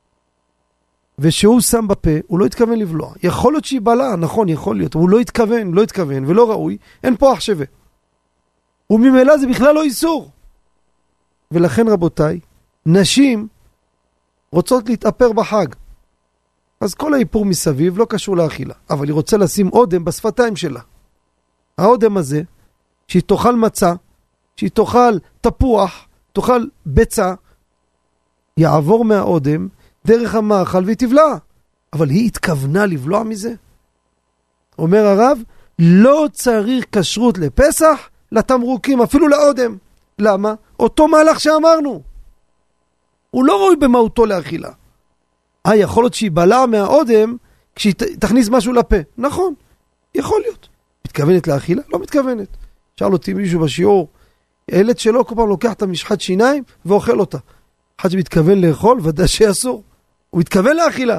ושהוא שם בפה, הוא לא התכוון לבלוע. יכול להיות שהיא בלעה, נכון, יכול להיות. הוא לא התכוון, ולא ראוי. אין פה אח שווה. וממילא זה בכלל לא איסור. ולכן רבותיי, נשים רוצות להתאפר בחג. אז כל האיפור מסביב לא קשור לאכילה. אבל היא רוצה לשים אודם בשפתיים שלה. האודם הזה, שהיא תאכל מצה, שהיא תאכל תפוח, תאכל ביצה, יעבור מהאודם דרך המאכל והיא תבלע. אבל היא התכוונה לבלוע מזה. אומר הרב, לא צריך כשרות לפסח לתמרוקים, אפילו לאודם. למה? אותו מהלך שאמרנו. הוא לא ראוי במהותו לאכילה. יכול להיות שהיא בלעה מהאודם כשהיא תכניס משהו לפה. נכון, יכול להיות. מתכוונת לאכילה? לא מתכוונת. שאל אותי מישהו בשיעור, הילד שלו כל פעם לוקח את המשחת שיניים ואוכל אותה. אחד שמתכוון לאכול, ודאי שאסור. הוא מתכוון לאכילה.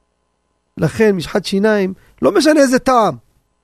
לכן משחת שיניים, לא משנה איזה טעם.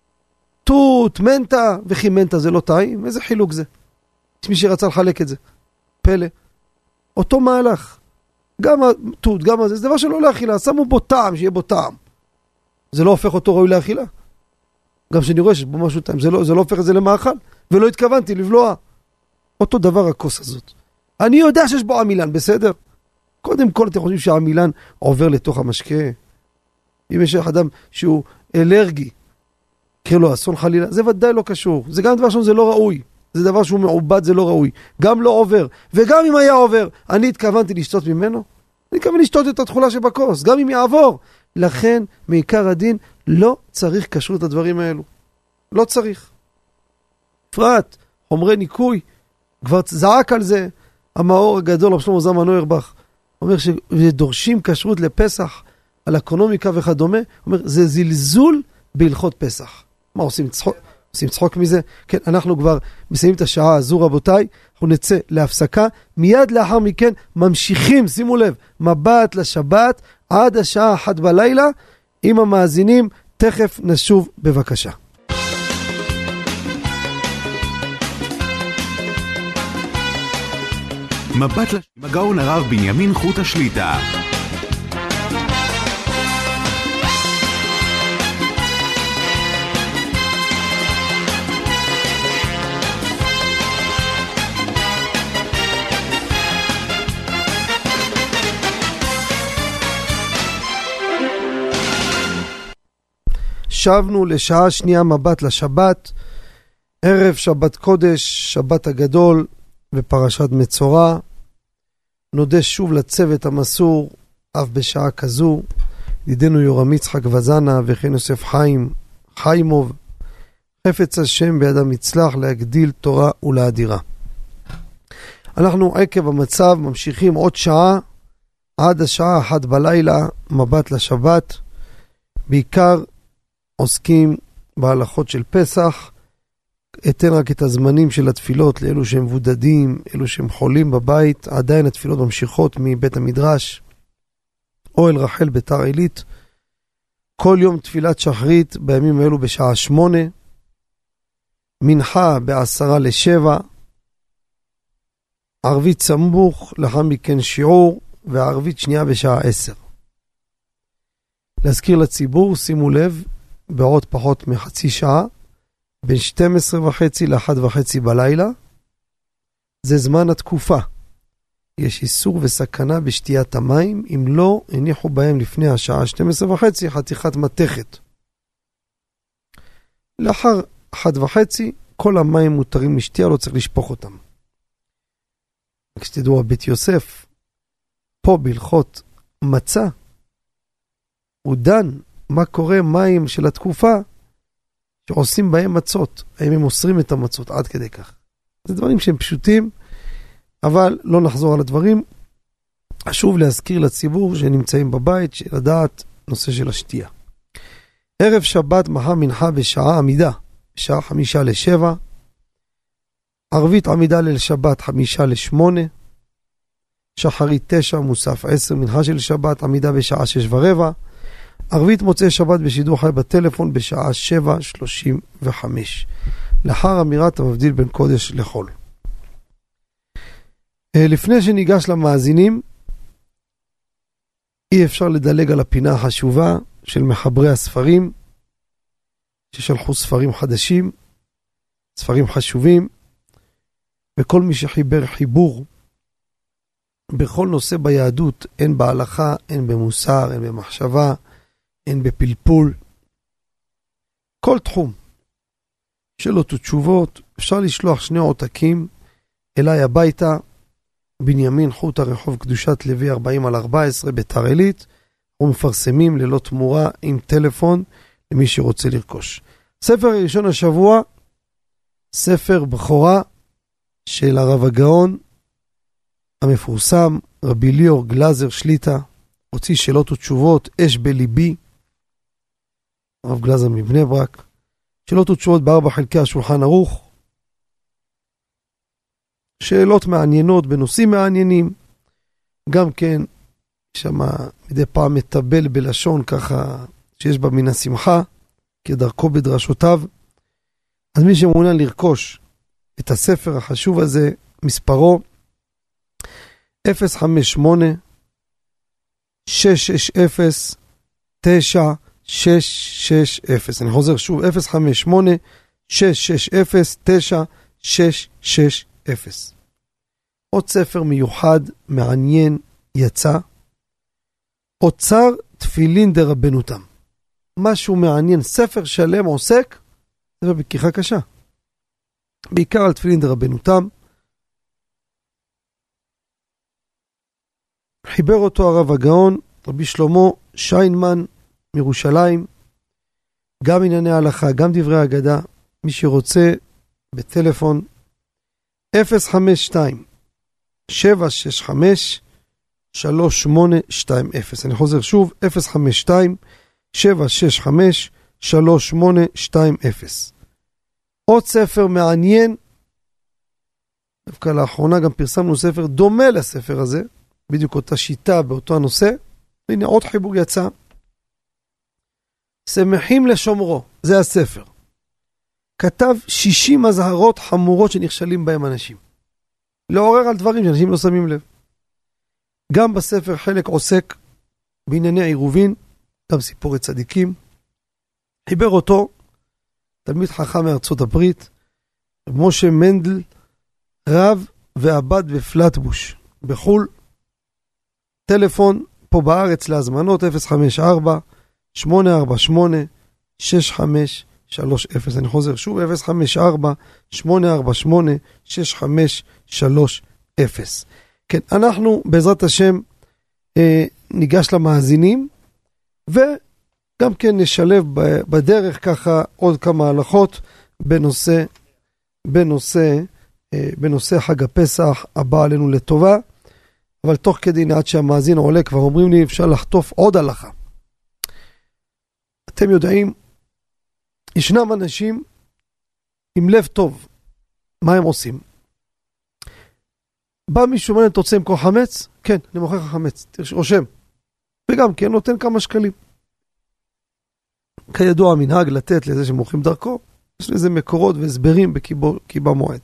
תות, מנטה, וכי מנטה זה לא טעים? איזה חילוק זה? יש מי שרצה לחלק את זה. פלא. אותו מהלך. גם התות, גם הזה, זה דבר שלא לאכילה. שמו בו טעם, שיהיה בו טעם. זה לא הופך אותו ראוי לאכילה. גם שאני רואה שיש בו משהו טעם. זה לא הופך את זה למאכל. ולא התכוונתי לבלוע. אותו דבר הכוס הזאת. אני יודע שיש בו עמילן, בסדר? קודם כל אתם חושבים שהעמילן עובר לתוך המשקה? אם יש אדם שהוא אלרגי, קרא לו אסון חלילה, זה ודאי לא קשור. זה גם דבר שזה לא ראוי. זה דבר שהוא מעובד, זה לא ראוי. גם לא עובר. וגם אם היה עובר, אני התכוונתי לשתות ממנו. אני התכוון לשתות את התחולה שבכוס, גם אם יעבור. לכן, מעיקר הדין, לא צריך כשרות את הדברים האלו. לא צריך. פרט, חומרי ניקוי, כבר זעק על זה, המאור הגדול, רב שלמה זלמן אוירבך, אומר שדורשים כשרות לפסח, על אקונומיקה וכדומה, אומר, זה זלזול בהלכות פסח. מה עושים צחוק? עושים צחוק מזה? כן, אנחנו כבר מסיימים את השעה הזו, רבותיי, אנחנו נצא להפסקה, מיד לאחר מכן ממשיכים, שימו לב, מבט לשבת, עד השעה 1 בלילה, עם המאזינים, תכף נשוב בבקשה. מבט עם הגאון הרב בנימין חוטה שליט"א. שבנו לשעה שנייה מבט לשבת, ערב שבת קודש, שבת הגדול בפרשת מצורע. נודה שוב לצוות המסור, אף בשעה כזו, ידידנו יורם יצחק וזנה וכן יוסף חיימוב, חפץ השם בידם יצלח להגדיל תורה ולאדירה. אנחנו עקב המצב ממשיכים עוד שעה, עד השעה 1 בלילה, מבט לשבת, בעיקר עוסקים בהלכות של פסח. אתן רק את הזמנים של התפילות לאלו שהם מבודדים, אלו שהם חולים בבית, עדיין התפילות ממשיכות מבית המדרש, אוהל רחל ביתר עילית, כל יום תפילת שחרית בימים האלו בשעה 8, מנחה ב6:50, ערבית סמוך, לאחר מכן שיעור, והערבית שנייה בשעה 10. להזכיר לציבור, שימו לב, בעוד פחות מחצי שעה, בין 12:30 ל1:30 בלילה, זה זמן התקופה. יש איסור וסכנה בשתיית המים, אם לא הניחו בהם לפני השעה 12:30 חתיכת מתכת. לאחר 1:30 כל המים מותרים לשתייה, לא צריך לשפוך אותם. כשתדעו בית יוסף, פה בהלכות מצה, הוא דן מה קורה מים של התקופה, שעושים בהם מצות, האם הם מוסרים את המצות עד כדי כך. זה דברים שהם פשוטים, אבל לא נחזור על הדברים. חשוב להזכיר לציבור שנמצאים בבית, שלדעת נושא של השתייה. ערב שבת מחר מנחה בשעה עמידה, בשעה 5:55, ערבית עמידה ליל שבת 5:50, שחרית 9, מוסף 10, מנחה של שבת עמידה בשעה 6:15, ערבית מוצאי שבת בשידור חי בטלפון בשעה 7:35, לאחר אמירת המבדיל בין קודש לחול. לפני שניגש למאזינים, אי אפשר לדלג על הפינה החשובה של מחברי הספרים, ששלחו ספרים חדשים, ספרים חשובים, וכל מי שחיבר חיבור בכל נושא ביהדות, אין בהלכה, אין במוסר, אין במחשבה, אין בפלפול, כל תחום. שאלות ותשובות, אפשר לשלוח 2 עותקים אליי הביתה, בנימין חוטה רחוב קדושת לוי 40/14 ביתר עילית, ומפרסמים ללא תמורה עם טלפון למי שרוצה לרכוש. ספר ראשון השבוע, ספר בכורה של הרב הגאון המפורסם, רבי ליאור גלזר שליט"א, הוציא שאלות ותשובות, אש בליבי, הרב גלזר מבני ברק, שאלות ותשובות ב4 חלקי השולחן ערוך, שאלות מעניינות בנושאים מעניינים, גם כן שמה מדי פעם מטבל בלשון ככה שיש בה מן השמחה, כדרכו בדרשותיו. אז מי שמעוניין לרכוש את הספר החשוב הזה, מספרו 058 660 9660. אני חוזר שוב, 058 660 9660. עוד ספר מיוחד, מעניין, יצא, אוצר תפילין דרבנותם. משהו מעניין, ספר שלם עוסק, זה בכריכה קשה. בעיקר על תפילין דרבנותם. חיבר אותו הרב הגאון, רבי שלמה שיינמן מירושלים, גם ענייני ההלכה, גם דברי אגדה, מי שרוצה בטלפון 052-765-3820. אני חוזר שוב, 052-765-3820. עוד ספר מעניין, דווקא לאחרונה גם פרסמנו ספר דומה לספר הזה, בדיוק אותה שיטה באותו הנושא, והנה עוד חיבור יצא, שמחים לשומרו, זה הספר. כתב 60 הזהרות חמורות שנכשלים בהם אנשים. לעורר על דברים שאנשים לא שמים לב. גם בספר חלק עוסק בענייני עירובין, גם סיפורי צדיקים. חיבר אותו תלמיד חכם מארצות הברית, משה מנדל, רב ועבד בפלטבוש, בחול. טלפון פה בארץ להזמנות 054-848-6530. אני חוזר שוב, 054-848-6530. כן, אנחנו בעזרת השם ניגש למאזינים, וגם כן נשלב בדרך ככה עוד כמה הלכות בנושא חג הפסח הבא עלינו לטובה, אבל תוך כדי עד שהמאזין עולה כבר אומרים לי אפשר לחטוף עוד הלכה. אתם יודעים, ישנם אנשים עם לב טוב, מה הם עושים? בא מישהו אומר, אתה רוצה למכור חמץ? כן, אני מוכר לך חמץ, רושם. וגם כן נותן כמה שקלים. כידוע המנהג לתת לזה שמוכרים דרכו, יש לזה מקורות והסברים בקיבה מועד.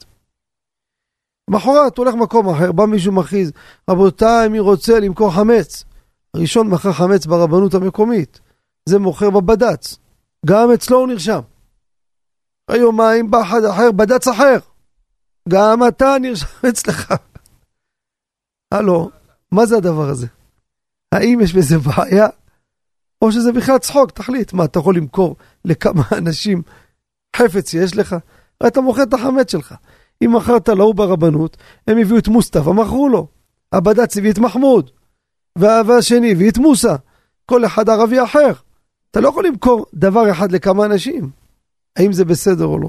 מחרת הולך מקום אחר, בא מישהו מכריז, רבותיי, מי רוצה למכור חמץ? הראשון מכר חמץ ברבנות המקומית, זה מוכר בבד"ץ, גם אצלו הוא נרשם. היומיים בא אחד אחר, בד"ץ אחר, גם אתה נרשם אצלך. הלו, מה זה הדבר הזה? האם יש בזה בעיה? או שזה בכלל צחוק, תחליט, מה, אתה יכול למכור לכמה אנשים חפץ יש לך? אתה מוכר את החמץ שלך. אם מכרת לו ברבנות, הם הביאו את מוסטפא, מכרו לו. הבד"ץ הביא את מחמוד, והשני הביא את מוסא. כל אחד ערבי אחר. אתה לא יכול למכור דבר אחד לכמה אנשים. האם זה בסדר או לא?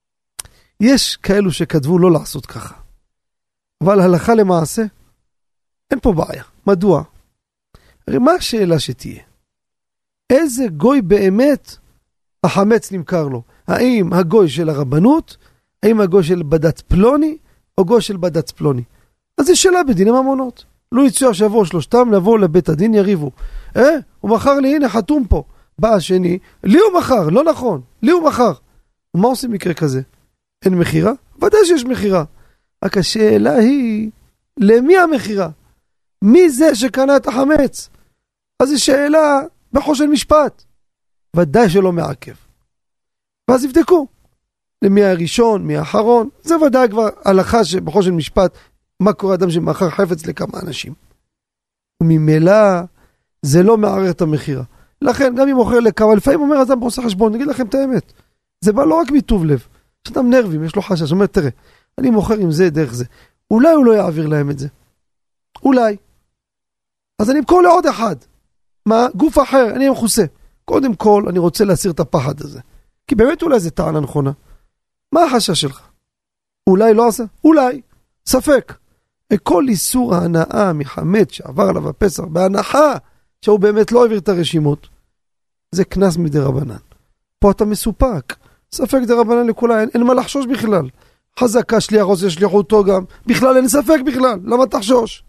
יש כאלו שכתבו לא לעשות ככה. אבל הלכה למעשה, אין פה בעיה. מדוע? הרי מה השאלה שתהיה? איזה גוי באמת החמץ נמכר לו? האם הגוי של הרבנות, האם הגוי של בד"ץ פלוני, או גוי של בד"ץ פלוני? אז זה שאלה בדיני ממונות. לא יצאו שבוע שלושתם לבוא לבית הדין יריבו. הוא מכר לי, הנה חתום פה. בא השני, לי הוא מכר, לא נכון, לי הוא מכר. ומה עושים מקרה כזה? אין מחירה? ודאי שיש מחירה. רק השאלה היא, למי המחירה? מי זה שקנה את החמץ? אז זו שאלה בחושן משפט. ודאי שלא מעכב. ואז יבדקו. למי הראשון, מי האחרון. זה ודאי כבר הלכה שבחושן משפט, מה קורה אדם שמאחר חפץ לכמה אנשים. וממילא זה לא מערער את המחירה. לכן גם אם מוכר לכמה, לפעמים אומר אדם עושה חשבון, נגיד לכם את האמת. זה בא לא רק מטוב לב. יש אדם נרבים, יש לו חשש, אומר תראה, אני מוכר עם זה דרך זה. אולי הוא לא יעביר להם את זה. אולי. אז אני אמכור לעוד אחד. מה? גוף אחר, אני מחוסה. קודם כל, אני רוצה להסיר את הפחד הזה. כי באמת אולי זה טענה נכונה. מה החשש שלך? אולי לא עשה? אולי. ספק. כל איסור ההנאה מחמץ שעבר עליו הפסח, בהנחה שהוא באמת לא העביר את הרשימות, זה כנס מדי רבנן. פה אתה מסופק. ספק די רבנן לכולה, אין מה לחשוש בכלל. חזקה שליח עושה שליחותו גם. בכלל אין ספק בכלל. למה תחשוש?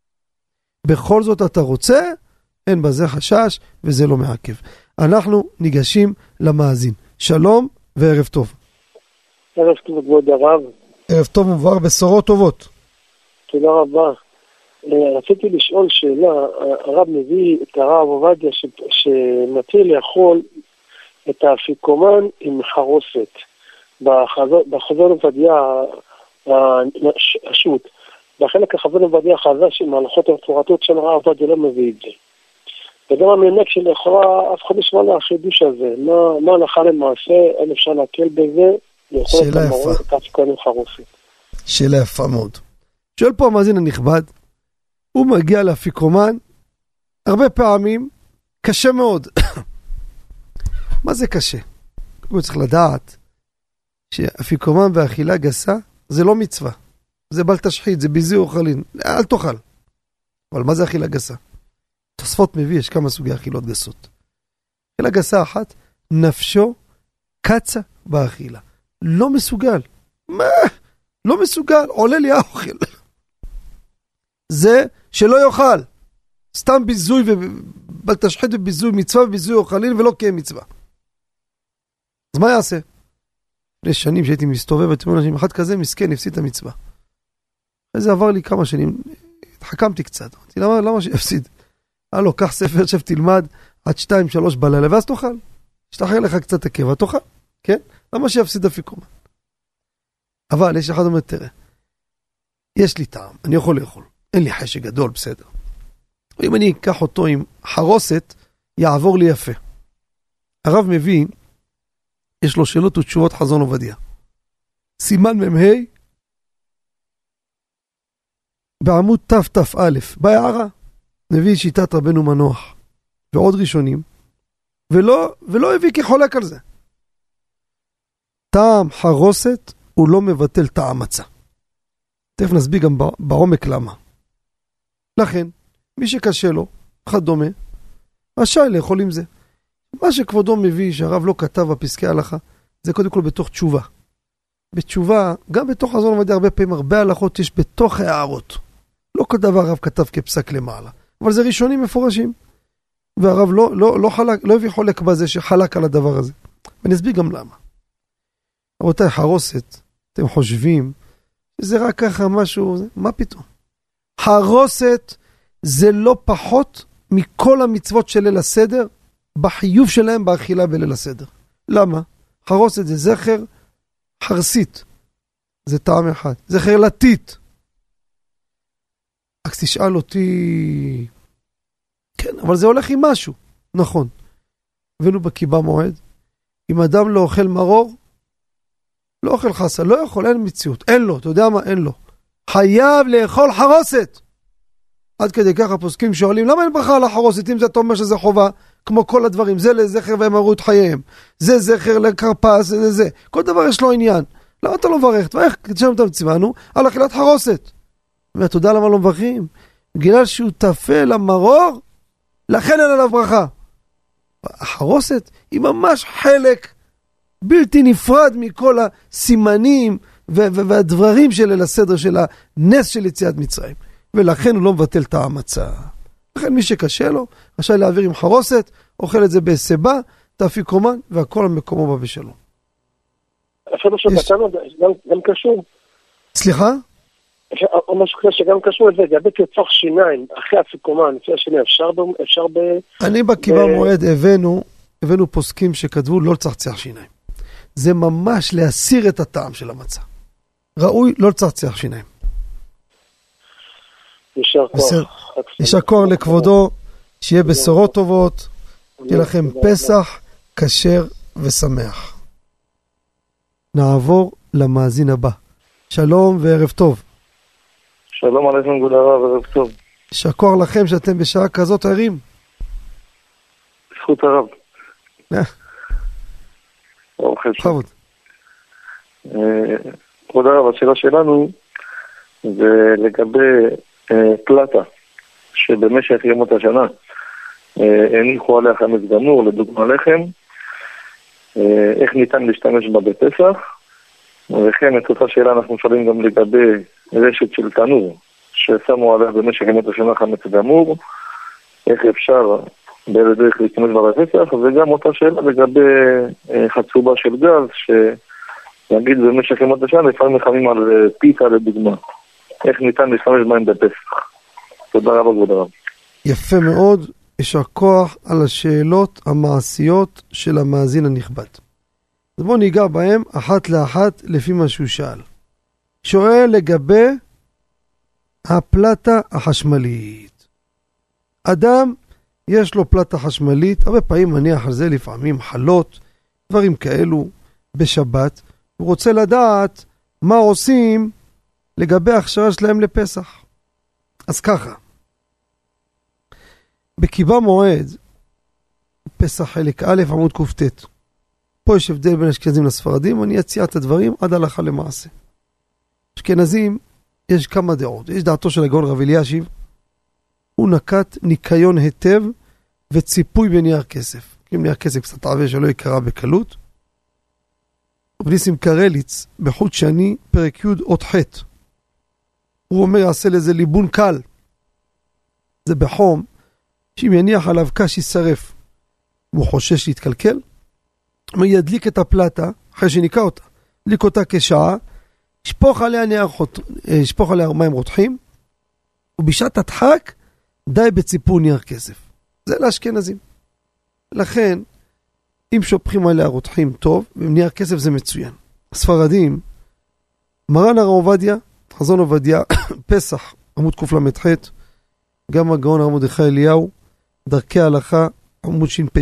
בכל זאת אתה רוצה, אין בזה חשש, וזה לא מעכב. אנחנו ניגשים למאזין. שלום וערב טוב. ערב טוב, כבוד הרב. ערב טוב ומבואר, בשורות טובות. תודה רבה. רציתי לשאול שאלה. הרב מביא את הרב עובדיה שמתיר לאכול את האפיקומן עם חרוסת. בחזון עובדיה השו"ת. בחלק החזון עובדיה חדש עם ההלכות המפורטות של הרב עובדיה לא מביא את זה. וגם המנהג שלכאורה אף אחד נשמע לחידוש הזה. מה הלכה למעשה, אין אפשר להקל בזה, שאלה יפה. שאלה יפה מאוד. שואל פה המאזין הנכבד, הוא מגיע לאפיקומן, הרבה פעמים, קשה מאוד. מה זה קשה? הוא צריך לדעת שאפיקומן ואכילה גסה זה לא מצווה. זה בל תשחית, זה ביזי אוכלין. אל תאכל. אבל מה זה אכילה גסה? תוספות מביא, יש כמה סוגי אכילות גסות. אכילה גסה אחת, נפשו קצה באכילה. לא מסוגל. מה? לא מסוגל, עולה לי האוכל. זה שלא יאכל. סתם ביזוי ובל תשחית וביזוי מצווה וביזוי אוכלין ולא קיים מצווה. אז מה יעשה? לפני שנים שהייתי מסתובב ותמיד אנשים, אחד כזה מסכן, הפסיד את המצווה. וזה עבר לי כמה שנים, התחכמתי קצת. אמרתי, למה שיפסיד? הלו, קח ספר, שב תלמד עד 2-3 בלילה, ואז תאכל. שתחרר לך קצת הקבע, תאכל. כן? למה שיפסיד אפיקומן? אבל יש אחד אומר, תראה, יש לי טעם, אני יכול לאכול. אין לי חשק גדול, בסדר. אם אני אקח אותו עם חרוסת, יעבור לי יפה. הרב מביא, יש לו שאלות ותשובות חזון עובדיה. סימן ממהי, בעמוד תת"א, בהערה, מביא שיטת רבנו מנוח, ועוד ראשונים, ולא הביא כחולק על זה. טעם חרוסת הוא לא מבטל טעם מצה. תכף נסביר גם בעומק למה. לכן, מי שקשה לו, אחד דומה, רשאי לאכול עם זה. מה שכבודו מביא שהרב לא כתב בפסקי ההלכה, זה קודם כל בתוך תשובה. בתשובה, גם בתוך חזון עובדיה הרבה פעמים, הרבה הלכות יש בתוך הערות. לא כל דבר הרב כתב כפסק למעלה. אבל זה ראשונים מפורשים. והרב לא הביא חולק בזה שחלק על הדבר הזה. ונסביר גם למה. רבותיי, חרוסת, אתם חושבים, שזה רק ככה משהו, מה פתאום? חרוסת זה לא פחות מכל המצוות של ליל הסדר, בחיוב שלהם באכילה בליל הסדר. למה? חרוסת זה זכר חרסית. זה טעם אחד. זכר לטית. רק תשאל אותי, כן, אבל זה הולך עם משהו. נכון. הבאנו בקיבה מועד. אם אדם לא אוכל מרור, לא אוכל חסה, לא יכול, אין מציאות. אין לו, אתה יודע מה? אין לו. חייב לאכול חרוסת. עד כדי ככה פוסקים שואלים, למה אין ברכה על החרוסת? אם זה אתה אומר שזה חובה, כמו כל הדברים, זה לזכר וימרו את חייהם, זה זכר לקרפס, זה. כל דבר יש לו עניין. למה אתה לא מברך? ואיך כשם אתה מצוונו? על אכילת חרוסת. ואתה יודע למה לא מברכים? בגלל שהוא תפל המרור, לכן אין עליו ברכה. החרוסת היא ממש חלק בלתי נפרד מכל הסימנים והדברים של ליל הסדר של הנס של יציאת מצרים. ולכן הוא לא מבטל טעם מצה. לכן מי שקשה לו, רשאי להעביר עם חרוסת, אוכל את זה בסיבה, תאפיקומן, והכל המקומו בא בשלום. אפילו שקטן גם קשור. סליחה? משהו כזה שגם קשור את זה, גבי תצוח שיניים, אחרי אפיקומן, לפי השני, אפשר אני בקיבה מועד הבאנו פוסקים שכתבו לא לצחצח שיניים. זה ממש להסיר את הטעם של המצה. ראוי לא לצחצח שיניים. יישר כוח לכבודו, שיהיה בשורות טובות, יהיה לכם פסח כשר ושמח. נעבור למאזין הבא. שלום וערב טוב. שלום עליכם גוד הרב, ערב טוב. יישר כוח לכם שאתם בשעה כזאת ערים. זכות הרב. בכבוד. כבוד הרב, השאלה שלנו זה לגבי פלטה שבמשך ימות השנה הניחו עליה חמץ גמור, לדוגמה לחם, איך ניתן להשתמש בה בפסח, וכן את אותה שאלה אנחנו שואלים גם לגבי רשת של תנור ששמו עליה במשך ימות השנה חמץ גמור, איך אפשר בדרך להשתמש בה בפסח, וגם אותה שאלה לגבי חצובה של גז שנגיד במשך ימות השנה לפעמים מחמים על פיתה לדוגמה, איך ניתן להשתמש בהם בפסח. תודה רבה כבוד הרב. יפה מאוד, יישר כוח על השאלות המעשיות של המאזין הנכבד. אז בואו ניגע בהם אחת לאחת לפי מה שהוא שאל. שואל לגבי הפלטה החשמלית. אדם יש לו פלטה חשמלית, הרבה פעמים מניח על זה לפעמים חלות, דברים כאלו בשבת, הוא רוצה לדעת מה עושים לגבי ההכשרה שלהם לפסח. אז ככה, בקיבה מועד, פסח חלק א' עמוד קופטט. פה יש הבדל בין אשכנזים לספרדים, אני אציע את הדברים עד הלכה למעשה. אשכנזים, יש כמה דעות. יש דעתו של הגאון רב אלישיב, הוא נקט ניקיון היטב וציפוי בנייר כסף. אם נייר כסף קצת עבה שלא יקרה בקלות. וניסים קרליץ, בחוד שני, פרק י' אות ח'. הוא אומר, יעשה לזה ליבון קל. זה בחום, שאם יניח עליו קש יישרף, והוא חושש להתקלקל, הוא ידליק את הפלטה, אחרי שניקה אותה, ידליק אותה כשעה, ישפוך עליה מים רותחים, ובשעת הדחק, די בציפור נייר כסף. זה לאשכנזים. לכן, אם שופכים עליה רותחים טוב, ונייר כסף זה מצוין. הספרדים, מרן הרב עובדיה, חזון עובדיה, פסח, עמוד קל"ח, גם הגאון הרב מרדכי אליהו, דרכי ההלכה, עמוד ש"פ,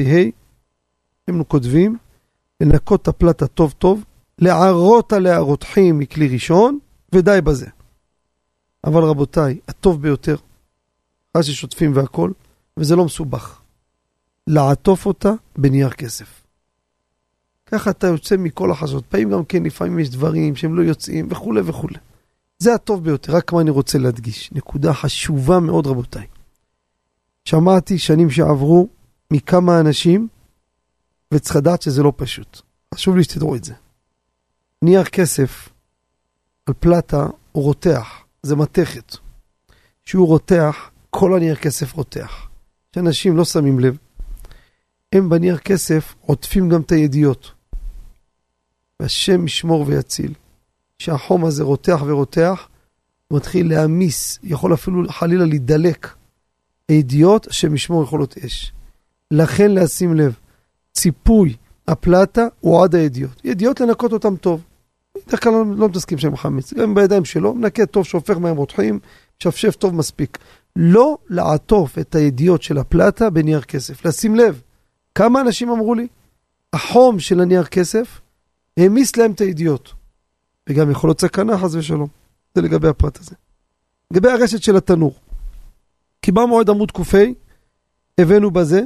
הם כותבים, לנקות את הפלטה טוב טוב, לערות עליה רותחים מכלי ראשון, ודי בזה. אבל רבותיי, הטוב ביותר, אז ששוטפים והכל, וזה לא מסובך. לעטוף אותה בנייר כסף. ככה אתה יוצא מכל החזות. פעמים גם כן, לפעמים יש דברים שהם לא יוצאים וכו' וכו'. זה הטוב ביותר, רק מה אני רוצה להדגיש. נקודה חשובה מאוד רבותיי. שמעתי שנים שעברו מכמה אנשים, וצריך לדעת שזה לא פשוט. חשוב לי שתדעו את זה. נייר כסף על פלטה הוא רותח, זה מתכת. שהוא רותח, כל הנייר כסף רותח. שאנשים לא שמים לב. הם בנייר כסף עוטפים גם את הידיעות. והשם ישמור ויציל. שהחום הזה רותח ורותח, הוא מתחיל להמיס, יכול אפילו חלילה להידלק. הידיעות, השם ישמור יכולות אש. לכן לשים לב, ציפוי הפלטה הוא עד הידיעות. ידיעות לנקות אותם טוב. דרך כלל לא מתעסקים שם חמץ. גם בידיים שלו, מנקה טוב, שופך מים רותחים, שפשף טוב מספיק. לא לעטוף את הידיעות של הפלטה בנייר כסף. לשים לב, כמה אנשים אמרו לי? החום של הנייר כסף העמיס להם את הידיעות. וגם יכול להיות סכנה, חס ושלום. זה לגבי הפרט הזה. לגבי הרשת של התנור. כי במועד עמוד קופי, הבאנו בזה,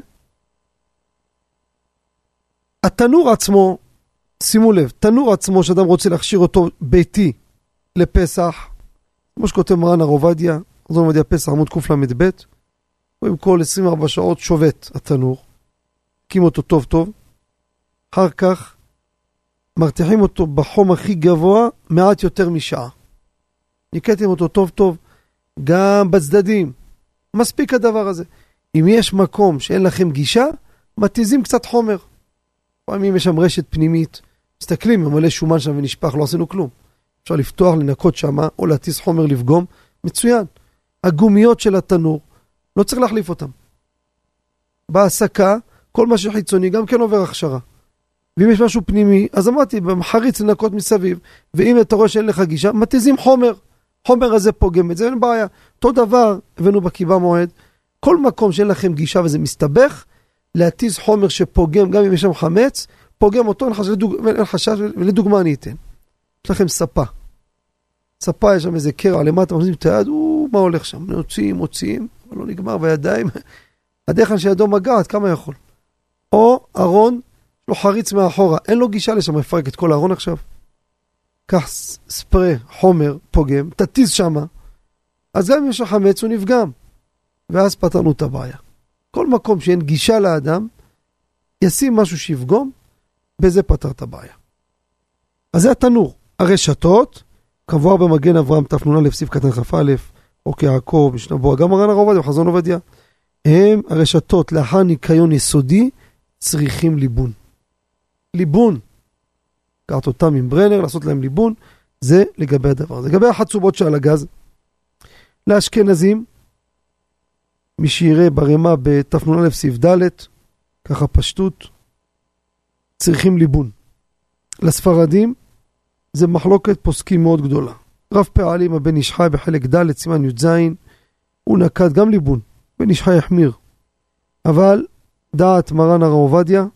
התנור עצמו, שימו לב, תנור עצמו שאדם רוצה להכשיר אותו ביתי לפסח, כמו שכותב מרן הרב עובדיה, חזון עובדיה פסח עמוד קל"ב, רואים כל 24 שעות שובת התנור, קים אותו טוב טוב, אחר כך מרתיחים אותו בחום הכי גבוה מעט יותר משעה. ניקטים אותו טוב טוב, גם בצדדים, מספיק הדבר הזה. אם יש מקום שאין לכם גישה, מתיזים קצת חומר. פעמים יש שם רשת פנימית, מסתכלים, ממלא שומן שם ונשפח, לא עשינו כלום. אפשר לפתוח, לנקות שמה, או להתיז חומר לפגום, מצוין. הגומיות של התנור, לא צריך להחליף אותם. בהסקה, כל מה שחיצוני גם כן עובר הכשרה. ואם יש משהו פנימי, אז אמרתי, במחריץ לנקות מסביב, ואם אתה רואה שאין לך גישה, מתיזים חומר. חומר הזה פוגם את זה, אין בעיה. אותו דבר, הבאנו בקיבה מועד, כל מקום שאין לכם גישה וזה מסתבך, להתיז חומר שפוגם, גם אם יש שם חמץ, פוגם אותו, אין חשש, ולדוגמה אני אתן. יש לכם ספה. ספה, יש שם איזה קרע למטה, מכניסים את היד, מה הולך שם? מוציאים, אבל לא נגמר בידיים. הדחן שידו מגעת, כמה יכול? או ארון, לא חריץ מאחורה, אין לו גישה לשם, מפרק את כל הארון עכשיו. קח ספרי, חומר, פוגם, תתיז שמה, אז גם אם יש חמץ הוא נפגם. ואז פתרנו את הבעיה. כל מקום שאין גישה לאדם, ישים משהו שיפגום, בזה פתר את הבעיה. אז זה התנור. הרשתות, קבוע במגן אברהם תפנונה לפסיף קטן כ"א, אוקיי יעקב, משנה ברורה, גם מרן הרב עובדיה וחזון עובדיה, הם הרשתות לאחר ניקיון יסודי, צריכים ליבון. ליבון. קראת אותם עם ברנר, לעשות להם ליבון, זה לגבי הדבר. לגבי החצובות שעל הגז, לאשכנזים, מי שיראה ברמה בתפנונה לפסיף ד', ככה פשטות, צריכים ליבון. לספרדים, זה מחלוקת פוסקים מאוד גדולה. רב פעלים הבן איש חי בחלק ד' סימן י"ז, הוא נקט גם ליבון, בן איש חי החמיר. אבל דעת מרן הרב עובדיה,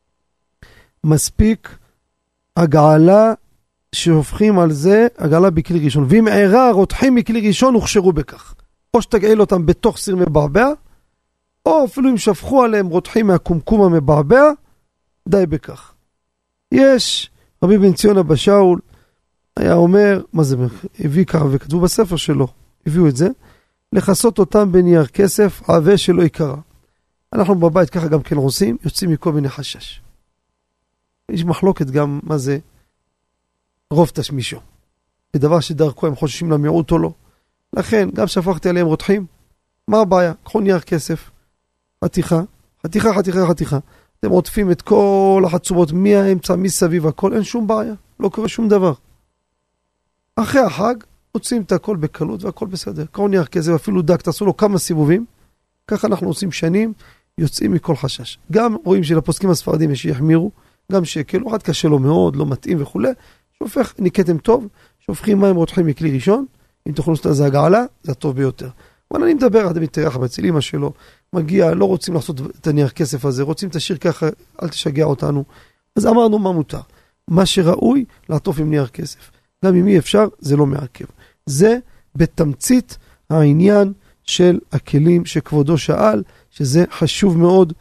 מספיק הגעלה שהופכים על זה, הגעלה בכלי ראשון. ואם עירה רותחים מכלי ראשון, הוכשרו בכך. או שתגעל אותם בתוך סיר מבעבע, או אפילו אם שפכו עליהם רותחים מהקומקום המבעבע, די בכך. יש רבי בן ציון אבא שאול, היה אומר, מה זה, הביא ככה וכתבו בספר שלו, הביאו את זה, לחסות אותם בנייר כסף, עווה שלא יקרה. אנחנו בבית ככה גם כן עושים, יוצאים מכל מיני חשש. יש מחלוקת גם מה זה רוב תשמישו. בדבר שדרכו הם חוששים למיעוט או לא. לכן, גם שפכתי עליהם רותחים, מה הבעיה? קחו נייר כסף, חתיכה, חתיכה, חתיכה, חתיכה. אתם עוטפים את כל החצובות מהאמצע, מסביב, הכל, אין שום בעיה, לא קורה שום דבר. אחרי החג, מוצאים את הכל בקלות והכל בסדר. קחו נייר כסף, אפילו דק, תעשו לו כמה סיבובים, ככה אנחנו עושים שנים, יוצאים מכל חשש. גם רואים שלפוסקים הספרדים יש שיחמירו, גם שקל, אחד קשה לו מאוד, לא מתאים וכו'. שהופך, ניקתם טוב, שהופכים מים רותחים מכלי ראשון, אם תוכלו לעשות זה הגעלה, זה הטוב ביותר. אבל אני מדבר, אדם מתארח בצל אמא שלו, מגיע, לא רוצים לעשות את הנייר כסף הזה, רוצים תשאיר ככה, אל תשגע אותנו. אז אמרנו מה מותר. מה שראוי, לעטוף עם נייר כסף. גם אם אי אפשר, זה לא מעכב. זה בתמצית העניין של הכלים שכבודו שאל, שזה חשוב מאוד,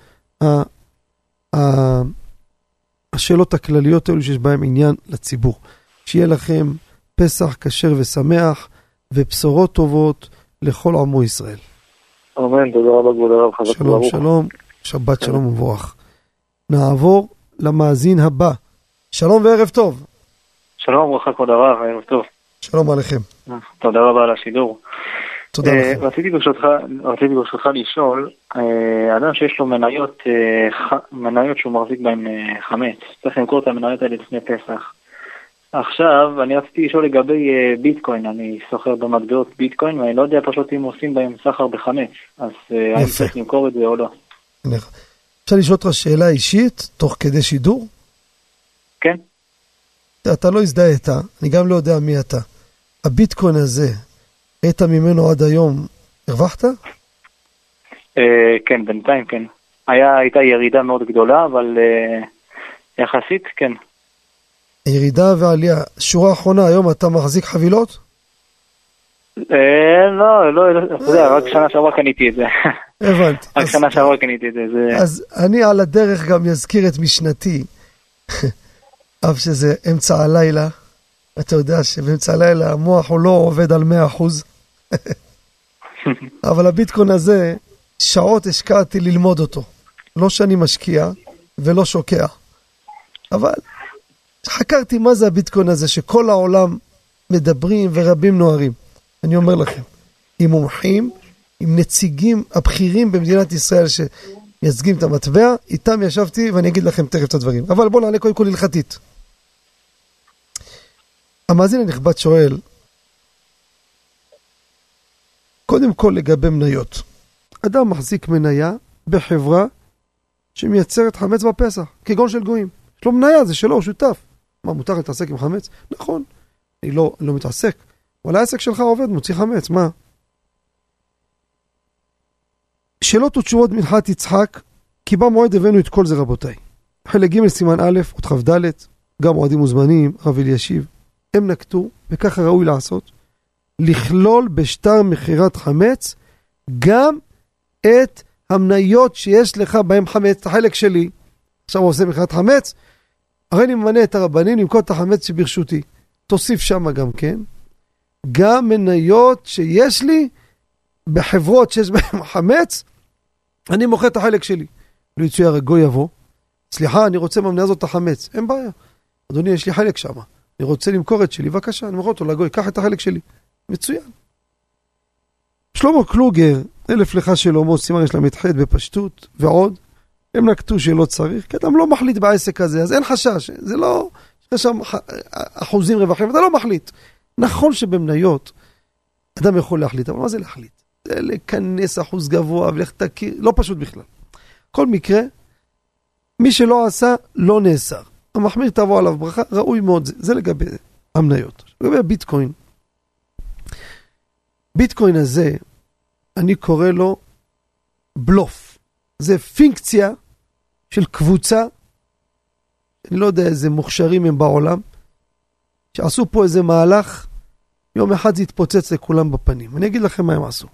השאלות הכלליות האלו שיש בהם עניין לציבור. שיהיה לכם פסח כשר ושמח, ובשורות טובות לכל עמו ישראל. אמן, תודה רבה כבוד הרב, חזק שלום, וברוך. שלום, שבת שלום ומבורך. נעבור למאזין הבא. שלום וערב טוב. שלום, ברכה כבוד הרב, ערב טוב. שלום עליכם. תודה רבה על השידור. תודה לכם. רציתי ברשותך לשאול, אדם שיש לו מניות שהוא מחזיק בהן חמץ, צריך למכור את המניות האלה לפני פסח. עכשיו, אני רציתי לשאול לגבי ביטקוין, אני סוחר במטבעות ביטקוין, ואני לא יודע פשוט אם עושים בהם סחר בחמץ, אז האם צריך למכור את זה או לא. אפשר לשאול אותך שאלה אישית, תוך כדי שידור? כן. אתה לא הזדהית, אני גם לא יודע מי אתה. הביטקוין הזה, היית ממנו עד היום, הרווחת? כן, בינתיים כן. הייתה ירידה מאוד גדולה, אבל יחסית כן. ירידה ועלייה. שורה האחרונה, היום אתה מחזיק חבילות? לא, אתה יודע, רק שנה שעברה קניתי את זה. הבנתי. רק שנה שעברה קניתי את זה. אז אני על הדרך גם יזכיר את משנתי, אף שזה אמצע הלילה, אתה יודע שבאמצע הלילה המוח הוא לא עובד על 100%, אבל הביטקוין הזה, שעות השקעתי ללמוד אותו. לא שאני משקיע ולא שוקע, אבל חקרתי מה זה הביטקוין הזה, שכל העולם מדברים ורבים נוערים. אני אומר לכם, עם מומחים, עם נציגים הבכירים במדינת ישראל שמייצגים את המטבע, איתם ישבתי ואני אגיד לכם תכף את הדברים. אבל בואו נעלה קודם כל הלכתית. המאזין הנכבד שואל, קודם כל לגבי מניות. אדם מחזיק מניה בחברה שמייצרת חמץ בפסח, כגון של גויים. יש לו מניה, זה שלו, הוא שותף. מה, מותר להתעסק עם חמץ? נכון, אני לא מתעסק. אבל העסק שלך עובד, מוציא חמץ, מה? שאלות ותשובות מנחת יצחק, כי במועד הבאנו את כל זה רבותיי. חלק ג' סימן א', עוד כ"ד, גם מועדים מוזמנים, רב אלישיב, הם נקטו, וככה ראוי לעשות, לכלול בשטר מחירת חמץ, גם את המניות שיש לך בהם חמץ, את החלק שלי. עכשיו הוא עושה מחירת חמץ, הרי אני ממנה את הרבנים למכור את החמץ שברשותי. תוסיף שם גם כן, גם מניות שיש לי בחברות שיש בהם חמץ, אני מוכר את החלק שלי. לא יצוי הרגו יבוא, סליחה, אני רוצה מהמניה הזאת את החמץ. אין בעיה. אדוני, יש לי חלק שם. אני רוצה למכור את שלי, בבקשה, אני מוכר אותו לגוי, קח את החלק שלי. מצוין. שלמה קלוגר, אלף לך שלמה, סימן יש לה מתחד בפשטות ועוד, הם נקטו שלא צריך, כי אדם לא מחליט בעסק הזה, אז אין חשש, זה לא, יש שם אחוזים רווחים, אתה לא מחליט. נכון שבמניות, אדם יכול להחליט, אבל מה זה להחליט? זה לכנס אחוז גבוה, ולך תכיר, לא פשוט בכלל. כל מקרה, מי שלא עשה, לא נאסר. המחמיר תבוא עליו ברכה, ראוי מאוד, זה לגבי המניות. לגבי הביטקוין, ביטקוין הזה, אני קורא לו בלוף. זה פינקציה של קבוצה, אני לא יודע איזה מוכשרים הם בעולם, שעשו פה איזה מהלך, יום אחד זה התפוצץ לכולם בפנים. אני אגיד לכם מה הם עשו.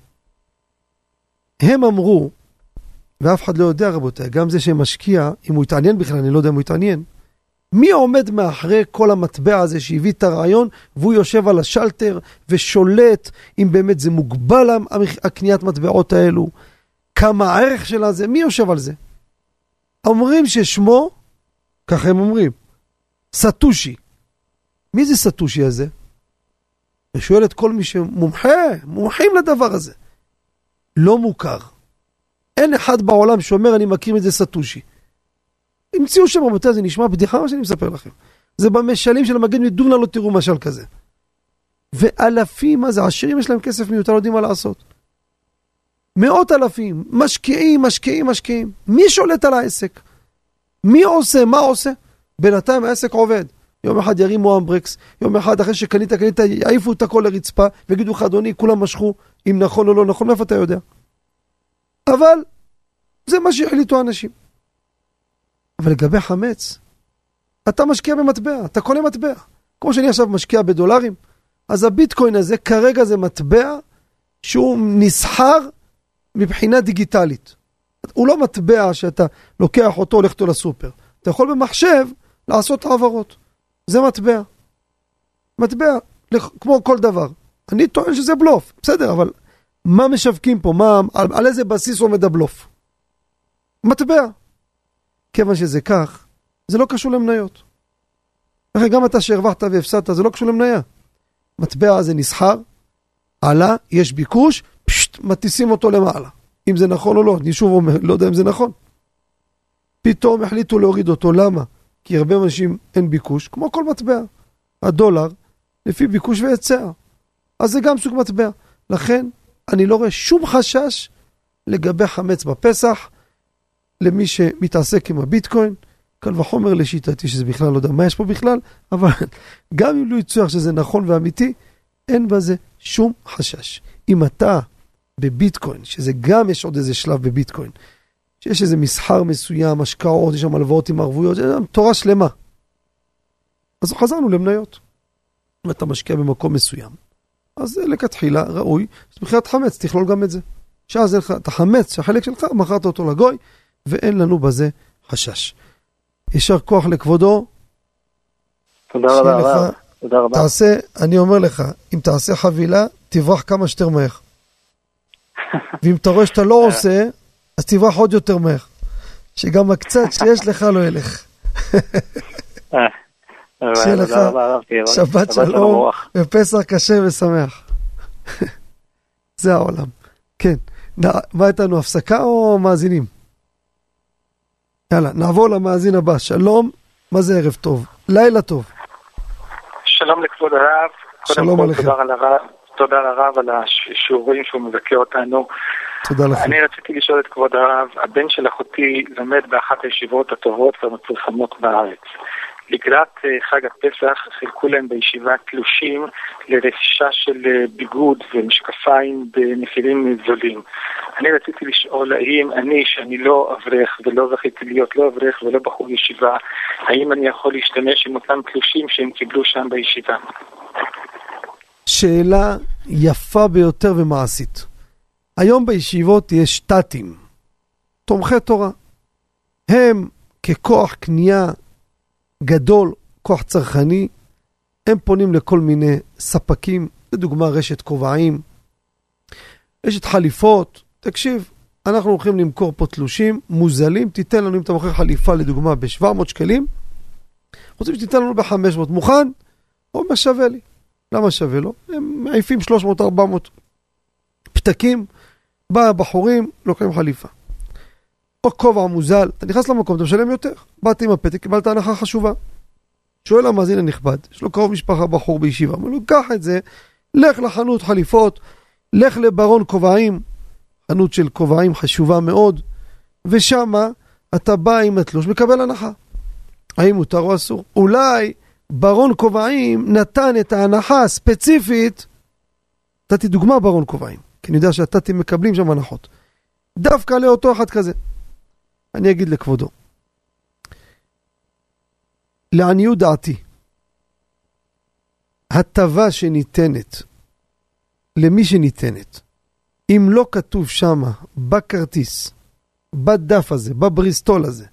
הם אמרו, ואף אחד לא יודע רבותיי, גם זה שמשקיע, אם הוא יתעניין בכלל, אני לא יודע אם הוא יתעניין, מי עומד מאחרי כל המטבע הזה שהביא את הרעיון, והוא יושב על השלטר ושולט, אם באמת זה מוגבל הקניית מטבעות האלו, כמה הערך שלה זה, מי יושב על זה? אומרים ששמו, ככה הם אומרים, סטושי. מי זה סטושי הזה? ושואל את כל מי מומחים לדבר הזה. לא מוכר. אין אחד בעולם שאומר אני מכיר את זה סטושי. המציאו שם רבותיי, זה נשמע בדיחה מה שאני מספר לכם. זה במשלים של המגן מדובנה, לא תראו משל כזה. ואלפים, מה זה? עשירים יש להם כסף מיותר, לא יודעים מה לעשות. מאות אלפים, משקיעים. מי שולט על העסק? מי עושה? מה עושה? בינתיים העסק עובד. יום אחד ירימו אמברקס, יום אחד אחרי שקנית, יעיפו את הכל לרצפה, ויגידו לך, אדוני, כולם משכו, אם נכון או לא נכון, מאיפה אתה יודע? אבל, זה מה שהחליטו האנשים. אבל לגבי חמץ, אתה משקיע במטבע, אתה קונה מטבע. כמו שאני עכשיו משקיע בדולרים, אז הביטקוין הזה, כרגע זה מטבע, שהוא נסחר מבחינה דיגיטלית. הוא לא מטבע שאתה לוקח אותו, הולך אותו לסופר. אתה יכול במחשב לעשות העברות. זה מטבע. מטבע, כמו כל דבר. אני טוען שזה בלוף, בסדר, אבל מה משווקים פה? על איזה בסיס עומד הבלוף? מטבע. כיוון שזה כך, זה לא קשור למניות. אחרי גם אתה שהרווחת והפסדת, זה לא קשור למניה. מטבע הזה נסחר, עלה, יש ביקוש, מטיסים אותו למעלה. אם זה נכון או לא, אני שוב אומר, לא יודע אם זה נכון. פתאום החליטו להוריד אותו, למה? כי הרבה אנשים אין ביקוש, כמו כל מטבע. הדולר, לפי ביקוש והיצע. אז זה גם סוג מטבע. לכן, אני לא רואה שום חשש לגבי חמץ בפסח, למי שמתעסק עם הביטקוין, קל וחומר לשיטתי שזה בכלל לא יודע מה יש פה בכלל, אבל גם אם לא יצויר שזה נכון ואמיתי, אין בזה שום חשש. אם אתה בביטקוין, שזה גם יש עוד איזה שלב בביטקוין, שיש איזה מסחר מסוים, השקעות, יש שם הלוואות עם ערבויות, זה תורה שלמה. אז חזרנו למניות. אם אתה משקיע במקום מסוים, אז לכתחילה ראוי, מבחינת חמץ, תכלול גם את זה. שאז אתה חמץ, שהחלק שלך, מכרת אותו לגוי, ואין לנו בזה חשש. ישר כוח לכבודו. תודה רבה. תודה רבה. תעשה, אני אומר לך, אם תעשה חבילה, תברח כמה שיותר מהר. ואם אתה רואה שאתה לא עושה, אז תברח עוד יותר מהר. שגם הקצת שיש לך לא ילך. שיהיה לך שבת שלום ופסח קשה ושמח. זה העולם. כן. מה איתנו, הפסקה או מאזינים? יאללה, נעבור למאזין הבא. שלום, מה זה ערב טוב? לילה טוב. שלום לכבוד הרב. שלום עליכם. תודה לרב על השיעורים שהוא מבקר אותנו. תודה לכם. אני רציתי לשאול את כבוד הרב, הבן של אחותי למד באחת הישיבות הטובות והמצליחנות בארץ. לקראת חג הפסח חילקו להם בישיבה תלושים לרכישה של ביגוד ומשקפיים במחירים זולים. אני רציתי לשאול האם אני, שאני לא אברך ולא זכיתי להיות לא אברך ולא בחור ישיבה, האם אני יכול להשתמש עם אותם תלושים שהם קיבלו שם בישיבה? שאלה יפה ביותר ומעשית. היום בישיבות יש תתים, תומכי תורה. הם ככוח קנייה גדול, כוח צרכני, הם פונים לכל מיני ספקים, לדוגמה רשת כובעים, רשת חליפות. תקשיב, אנחנו הולכים למכור פה תלושים מוזלים, תיתן לנו אם אתה מוכר חליפה לדוגמה ב-700 שקלים, רוצים שתיתן לנו ב-500, מוכן? או מה שווה לי? למה שווה לו? הם מעיפים 300-400 פתקים, בא בחורים, לוקחים חליפה. או כובע מוזל, אתה נכנס למקום, אתה משלם יותר. באתי עם הפתק, קיבלת הנחה חשובה. שואל המאזין הנכבד, יש לו קרוב משפחה בחור בישיבה, אומר לו, קח את זה, לך לחנות חליפות, לך לברון כובעים, חנות של כובעים חשובה מאוד, ושמה אתה בא עם התלוש, מקבל הנחה. האם מותר או אסור? אולי ברון כובעים נתן את ההנחה הספציפית נתתי דוגמה בארון כובעים, כי אני יודע שהתתים מקבלים שם הנחות. דווקא לאותו אחד כזה. אני אגיד לכבודו. לעניות דעתי, הטבה שניתנת, למי שניתנת, אם לא כתוב שמה, בכרטיס, בדף הזה, בבריסטול הזה,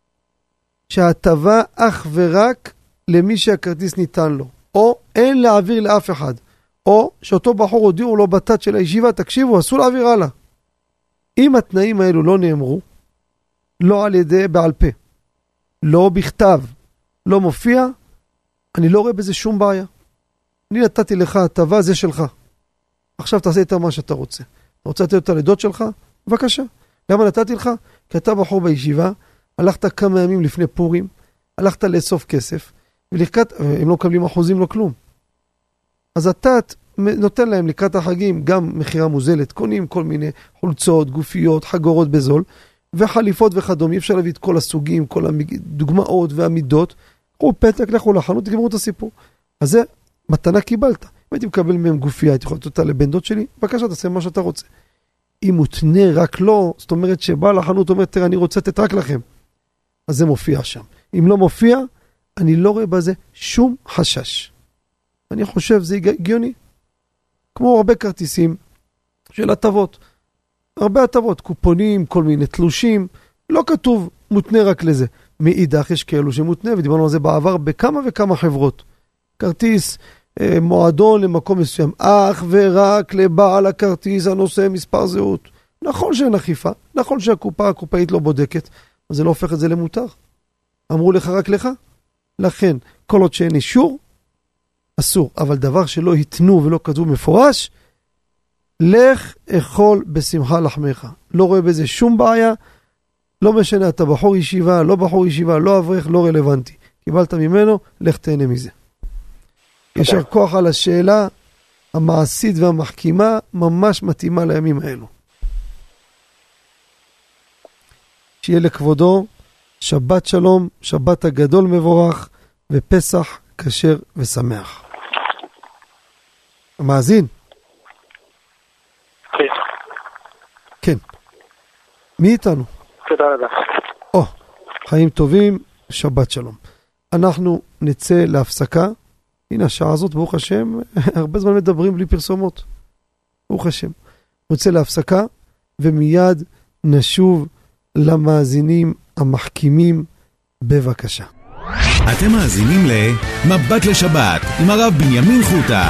שההטבה אך ורק למי שהכרטיס ניתן לו, או אין להעביר לאף אחד, או שאותו בחור הודיעו לו בתת של הישיבה, תקשיבו, אסור להעביר הלאה. אם התנאים האלו לא נאמרו, לא על ידי בעל פה, לא בכתב, לא מופיע, אני לא רואה בזה שום בעיה. אני נתתי לך הטבה, זה שלך. עכשיו תעשה איתה מה שאתה רוצה. אתה רוצה לתת אותה לדוד שלך? בבקשה. למה נתתי לך? כי אתה בחור בישיבה, הלכת כמה ימים לפני פורים, הלכת לאסוף כסף, ולקראת, הם לא מקבלים אחוזים, לא כלום. אז אתה נותן להם לקראת החגים גם מחירה מוזלת, קונים כל מיני חולצות, גופיות, חגורות בזול, וחליפות וכדומה, אי אפשר להביא את כל הסוגים, כל הדוגמאות והמידות, קחו פתק, לכו לחנות, תגמרו את הסיפור. אז זה מתנה קיבלת. אם הייתי מקבל מהם גופייה, הייתי יכול לתת אותה לבן דוד שלי, בבקשה, תעשה מה שאתה רוצה. אם מותנה רק לא, זאת אומרת שבא לחנות, אומר, תראה, אני רוצה לתת רק לכם. אז זה מופיע שם. אם לא מופיע, אני לא רואה בזה שום חשש. אני חושב, זה הגיוני. כמו הרבה כרטיסים של הטבות. הרבה הטבות, קופונים, כל מיני תלושים, לא כתוב מותנה רק לזה. מאידך יש כאלו שמותנה, ודיברנו על זה בעבר בכמה וכמה חברות. כרטיס, מועדון למקום מסוים, אך ורק לבעל הכרטיס הנושא מספר זהות. נכון שאין אכיפה, נכון הקופאית לא בודקת, אז זה לא הופך את זה למותר. אמרו לך רק לך, לכן כל עוד שאין אישור, אסור. אבל דבר שלא התנו ולא כתוב מפורש, לך אכול בשמחה לחמך. לא רואה בזה שום בעיה, לא משנה, אתה בחור ישיבה, לא בחור ישיבה, לא אברך, לא רלוונטי. קיבלת ממנו, לך תהנה מזה. ישר כוח על השאלה המעשית והמחכימה, ממש מתאימה לימים האלו. שיהיה לכבודו שבת שלום, שבת הגדול מבורך, ופסח כשר ושמח. המאזין? כן. כן. מי איתנו? תודה רבה. חיים טובים, שבת שלום. אנחנו נצא להפסקה. הנה השעה הזאת, ברוך השם, הרבה זמן מדברים בלי פרסומות. ברוך השם. נצא להפסקה, ומיד נשוב למאזינים המחכימים, בבקשה. אתם מאזינים למבט לשבת עם הרב בנימין חוטה.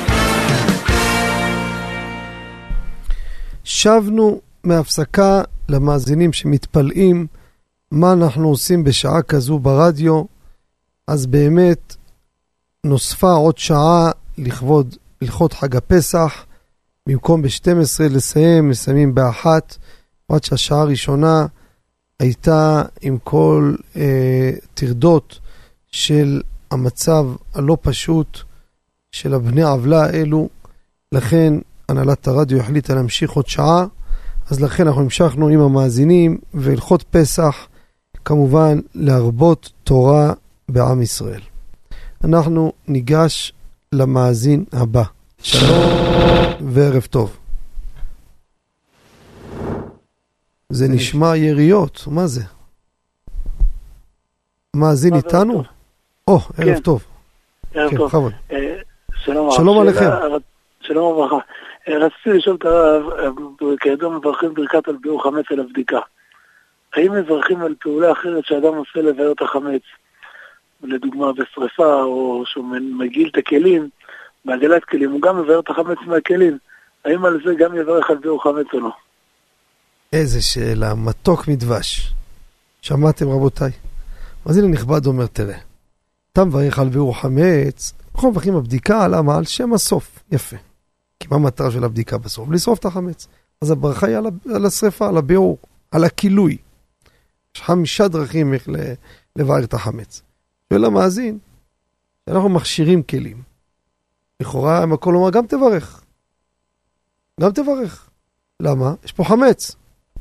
שבנו מהפסקה למאזינים שמתפלאים מה אנחנו עושים בשעה כזו ברדיו. אז באמת נוספה עוד שעה לכבוד הלכות חג הפסח, במקום ב-12 מסיימים ב-1, עד שהשעה הראשונה הייתה עם כל תרדות של המצב הלא פשוט של הבני עוולה האלו. לכן הנהלת הרדיו החליטה להמשיך עוד שעה, אז לכן אנחנו המשכנו עם המאזינים והלכות פסח, כמובן להרבות תורה בעם ישראל. אנחנו ניגש למאזין הבא. שלום וערב טוב. זה נשמע יריות, מה זה? מאזין איתנו? ערב טוב. ערב טוב. שלום עליכם. שלום וברכה. רציתי לשאול את הרב, כידוע מברכים ברכת על ביאור חמץ על הבדיקה. האם מברכים על פעולה אחרת שאדם עושה לבאר את החמץ? לדוגמה בשריפה, או שהוא מגיל את הכלים, בעגלת כלים, הוא גם מבאר את החמץ מהכלים. האם על זה גם יברך על ביאור חמץ או לא? איזה שאלה, מתוק מדבש. שמעתם רבותיי? אז הנה נכבד אומר, תראה, אתה מברך על ביאור חמץ, אנחנו מברכים הבדיקה, למה? על שם הסוף. יפה. כי מה המטרה של הבדיקה בסוף? לשרוף את החמץ. אז הברכה היא על השריפה, על הביאור, על הכילוי. יש 5 דרכים איך לבאר את החמץ. שואל המאזין, אנחנו מכשירים כלים. לכאורה, אם הכל אומר, גם תברך. גם תברך. למה? יש פה חמץ.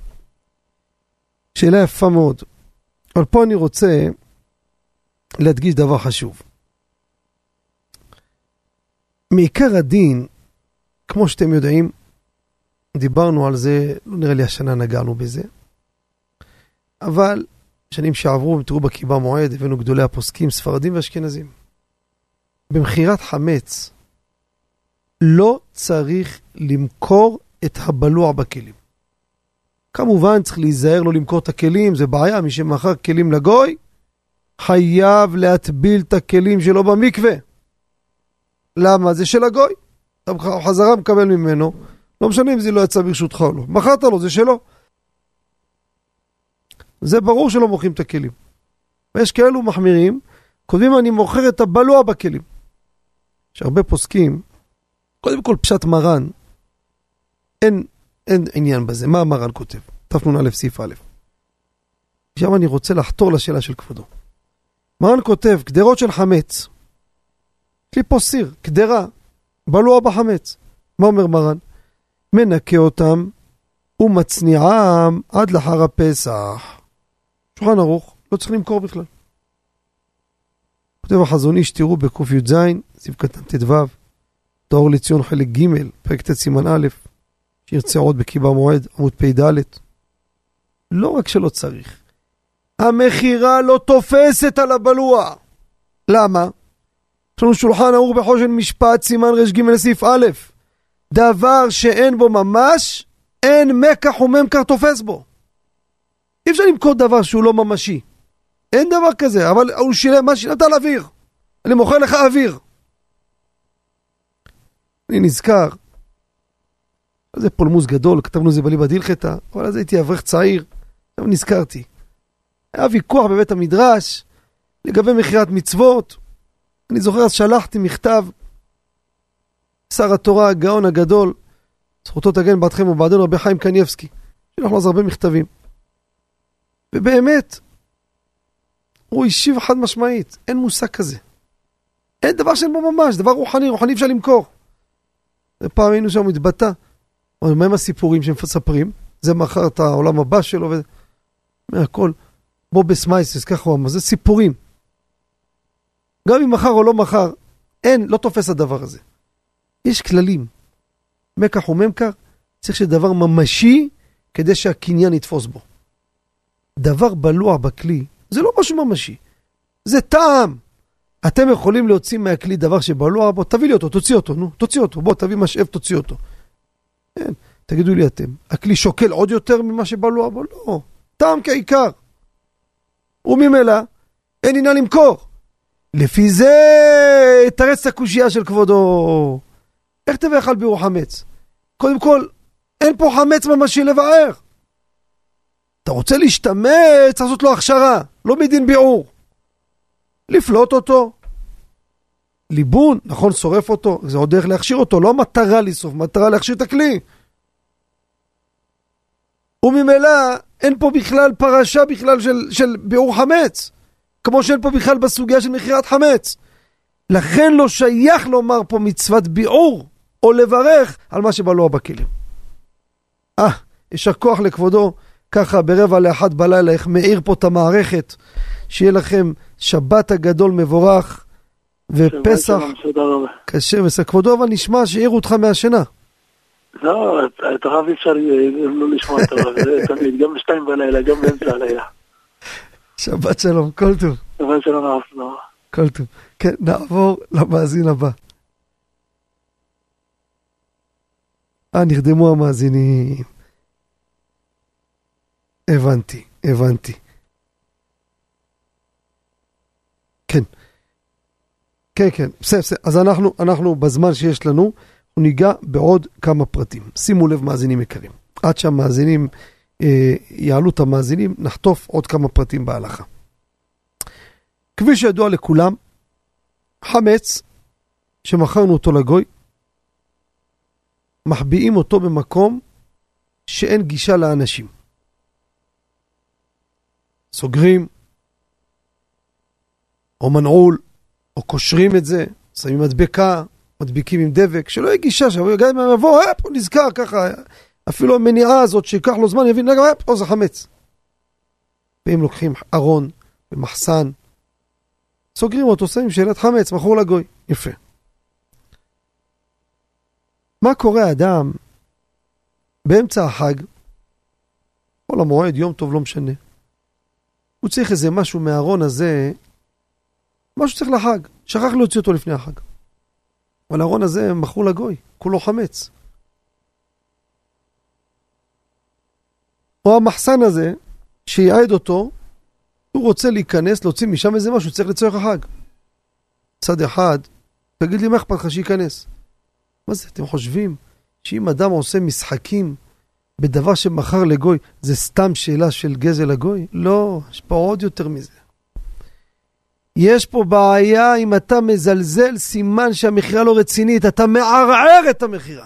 שאלה יפה מאוד. אבל פה אני רוצה להדגיש דבר חשוב. מעיקר הדין, כמו שאתם יודעים, דיברנו על זה, לא נראה לי השנה נגענו בזה, אבל שנים שעברו, תראו בקיבה מועד, הבאנו גדולי הפוסקים, ספרדים ואשכנזים. במחירת חמץ, לא צריך למכור את הבלוע בכלים. כמובן צריך להיזהר לא למכור את הכלים, זה בעיה, מי שמכר כלים לגוי, חייב להטביל את הכלים שלו במקווה. למה? זה של הגוי. חזרה מקבל ממנו, לא משנה אם זה לא יצא ברשותך או לא. מכרת לו, זה שלו. זה ברור שלא מוכרים את הכלים. ויש כאלו מחמירים, כותבים אני מוכר את הבלוע בכלים. יש הרבה פוסקים, קודם כל פשט מרן, אין עניין בזה. מה מרן כותב? תפנון א' סעיף א'. עכשיו אני רוצה לחתור לשאלה של כבודו. מרן כותב, קדרות של חמץ. יש לי פה סיר, קדרה, בלוע בחמץ. מה אומר מרן? מנקה אותם ומצניעם עד לאחר הפסח. שולחן ערוך, לא צריך למכור בכלל. כותב החזון איש, תראו בקוף י"ז, סעיף קטן ט"ו, תואר לציון חלק ג', פרק ט' סימן א', שירצה עוד בקיבה מועד, עמוד פ"ד. לא רק שלא צריך, המחירה לא תופסת על הבלוע. למה? יש לנו שולחן ערוך בחושן משפט, סימן ר' ג' סעיף א', דבר שאין בו ממש, אין מקח וממכר תופס בו. אי אפשר למכור דבר שהוא לא ממשי. אין דבר כזה, אבל הוא שילם, מה שילמת על אוויר? אני מוכר לך אוויר. אני נזכר, זה פולמוס גדול, כתבנו זה בליבא דהלכתא, אבל אז הייתי אברך צעיר, אבל נזכרתי. היה ויכוח בבית המדרש, לגבי מחירת מצוות. אני זוכר, אז שלחתי מכתב, שר התורה, הגאון הגדול, זכותו תגן בעדכם ובעדנו רבי חיים קניבסקי, שלחנו אז הרבה מכתבים. ובאמת, הוא השיב חד משמעית, אין מושג כזה. אין דבר שאין בו ממש, דבר רוחני, רוחני אפשר למכור. פעם היינו שם מתבטא, מה הם הסיפורים שהם מספרים? זה מחר את העולם הבא שלו, מהכל, בו בסמייסס, ככה הוא אמר, זה סיפורים. גם אם מחר או לא מחר, אין, לא תופס הדבר הזה. יש כללים. מקח וממכר, צריך שדבר ממשי, כדי שהקניין יתפוס בו. דבר בלוע בכלי, זה לא משהו ממשי. זה טעם. אתם יכולים להוציא מהכלי דבר שבלוע בו, תביא לי אותו, תוציא אותו, נו, תוציא אותו, בוא, תביא משאב, תוציא אותו. אין, תגידו לי אתם, הכלי שוקל עוד יותר ממה שבלוע בו? לא. טעם כעיקר. וממילא, אין עניין למכור. לפי זה, תרץ את הקושייה של כבודו. איך תביא אכל ביאור חמץ? קודם כל, אין פה חמץ ממשי לבאר. אתה רוצה להשתמץ, צריך לעשות לו הכשרה, לא מדין ביאור. לפלוט אותו. ליבון, נכון, שורף אותו, זה עוד דרך להכשיר אותו, לא מטרה לסוף, מטרה להכשיר את הכלי. וממילא, אין פה בכלל פרשה בכלל של ביאור חמץ, כמו שאין פה בכלל בסוגיה של מחירת חמץ. לכן לא שייך לומר פה מצוות ביאור, או לברך על מה שבלוע בכלים. ישר כוח לכבודו, ככה ב12:45 בלילה, איך מאיר פה את המערכת, שיהיה לכם שבת הגדול מבורך, ופסח קשה וסע. כבודו, אבל נשמע שהעירו אותך מהשינה. לא, את הרב אי אפשר לא לשמוע את הרב, זה תמיד, גם ב2 בלילה, גם באמצע הלילה. שבת שלום, כל טוב. שבת שלום, הרב נורא. כל טוב. כן, נעבור למאזין הבא. נרדמו המאזינים. הבנתי. כן. בסדר. אז אנחנו בזמן שיש לנו, ניגע בעוד כמה פרטים. שימו לב מאזינים יקרים. עד שהמאזינים יעלו את המאזינים, נחטוף עוד כמה פרטים בהלכה. כפי שידוע לכולם, חמץ, שמכרנו אותו לגוי, מחביאים אותו במקום שאין גישה לאנשים. סוגרים, או מנעול, או קושרים את זה, שמים מדבקה, מדביקים עם דבק, שלא יהיה גישה, שגם אם יבוא, הוא נזכר ככה, אפילו המניעה הזאת שיקח לו זמן, יבין, פה זה חמץ. והם לוקחים ארון ומחסן, סוגרים אותו, שמים שאלת חמץ, מכור לגוי. יפה. מה קורה אדם באמצע החג, כל המועד, יום טוב, לא משנה. הוא צריך איזה משהו מהארון הזה, משהו צריך לחג. שכח להוציא אותו לפני החג. אבל הארון הזה מכרו לגוי, כולו חמץ. או המחסן הזה, שיעד אותו, הוא רוצה להיכנס, להוציא משם איזה משהו, צריך לצורך החג. צד אחד, תגיד לי מה אכפת לך שייכנס. מה זה, אתם חושבים שאם אדם עושה משחקים בדבר שמחר לגוי, זה סתם שאלה של גזל לגוי? לא, יש פה עוד יותר מזה. יש פה בעיה אם אתה מזלזל, סימן שהמחירה לא רצינית, אתה מערער את המחירה.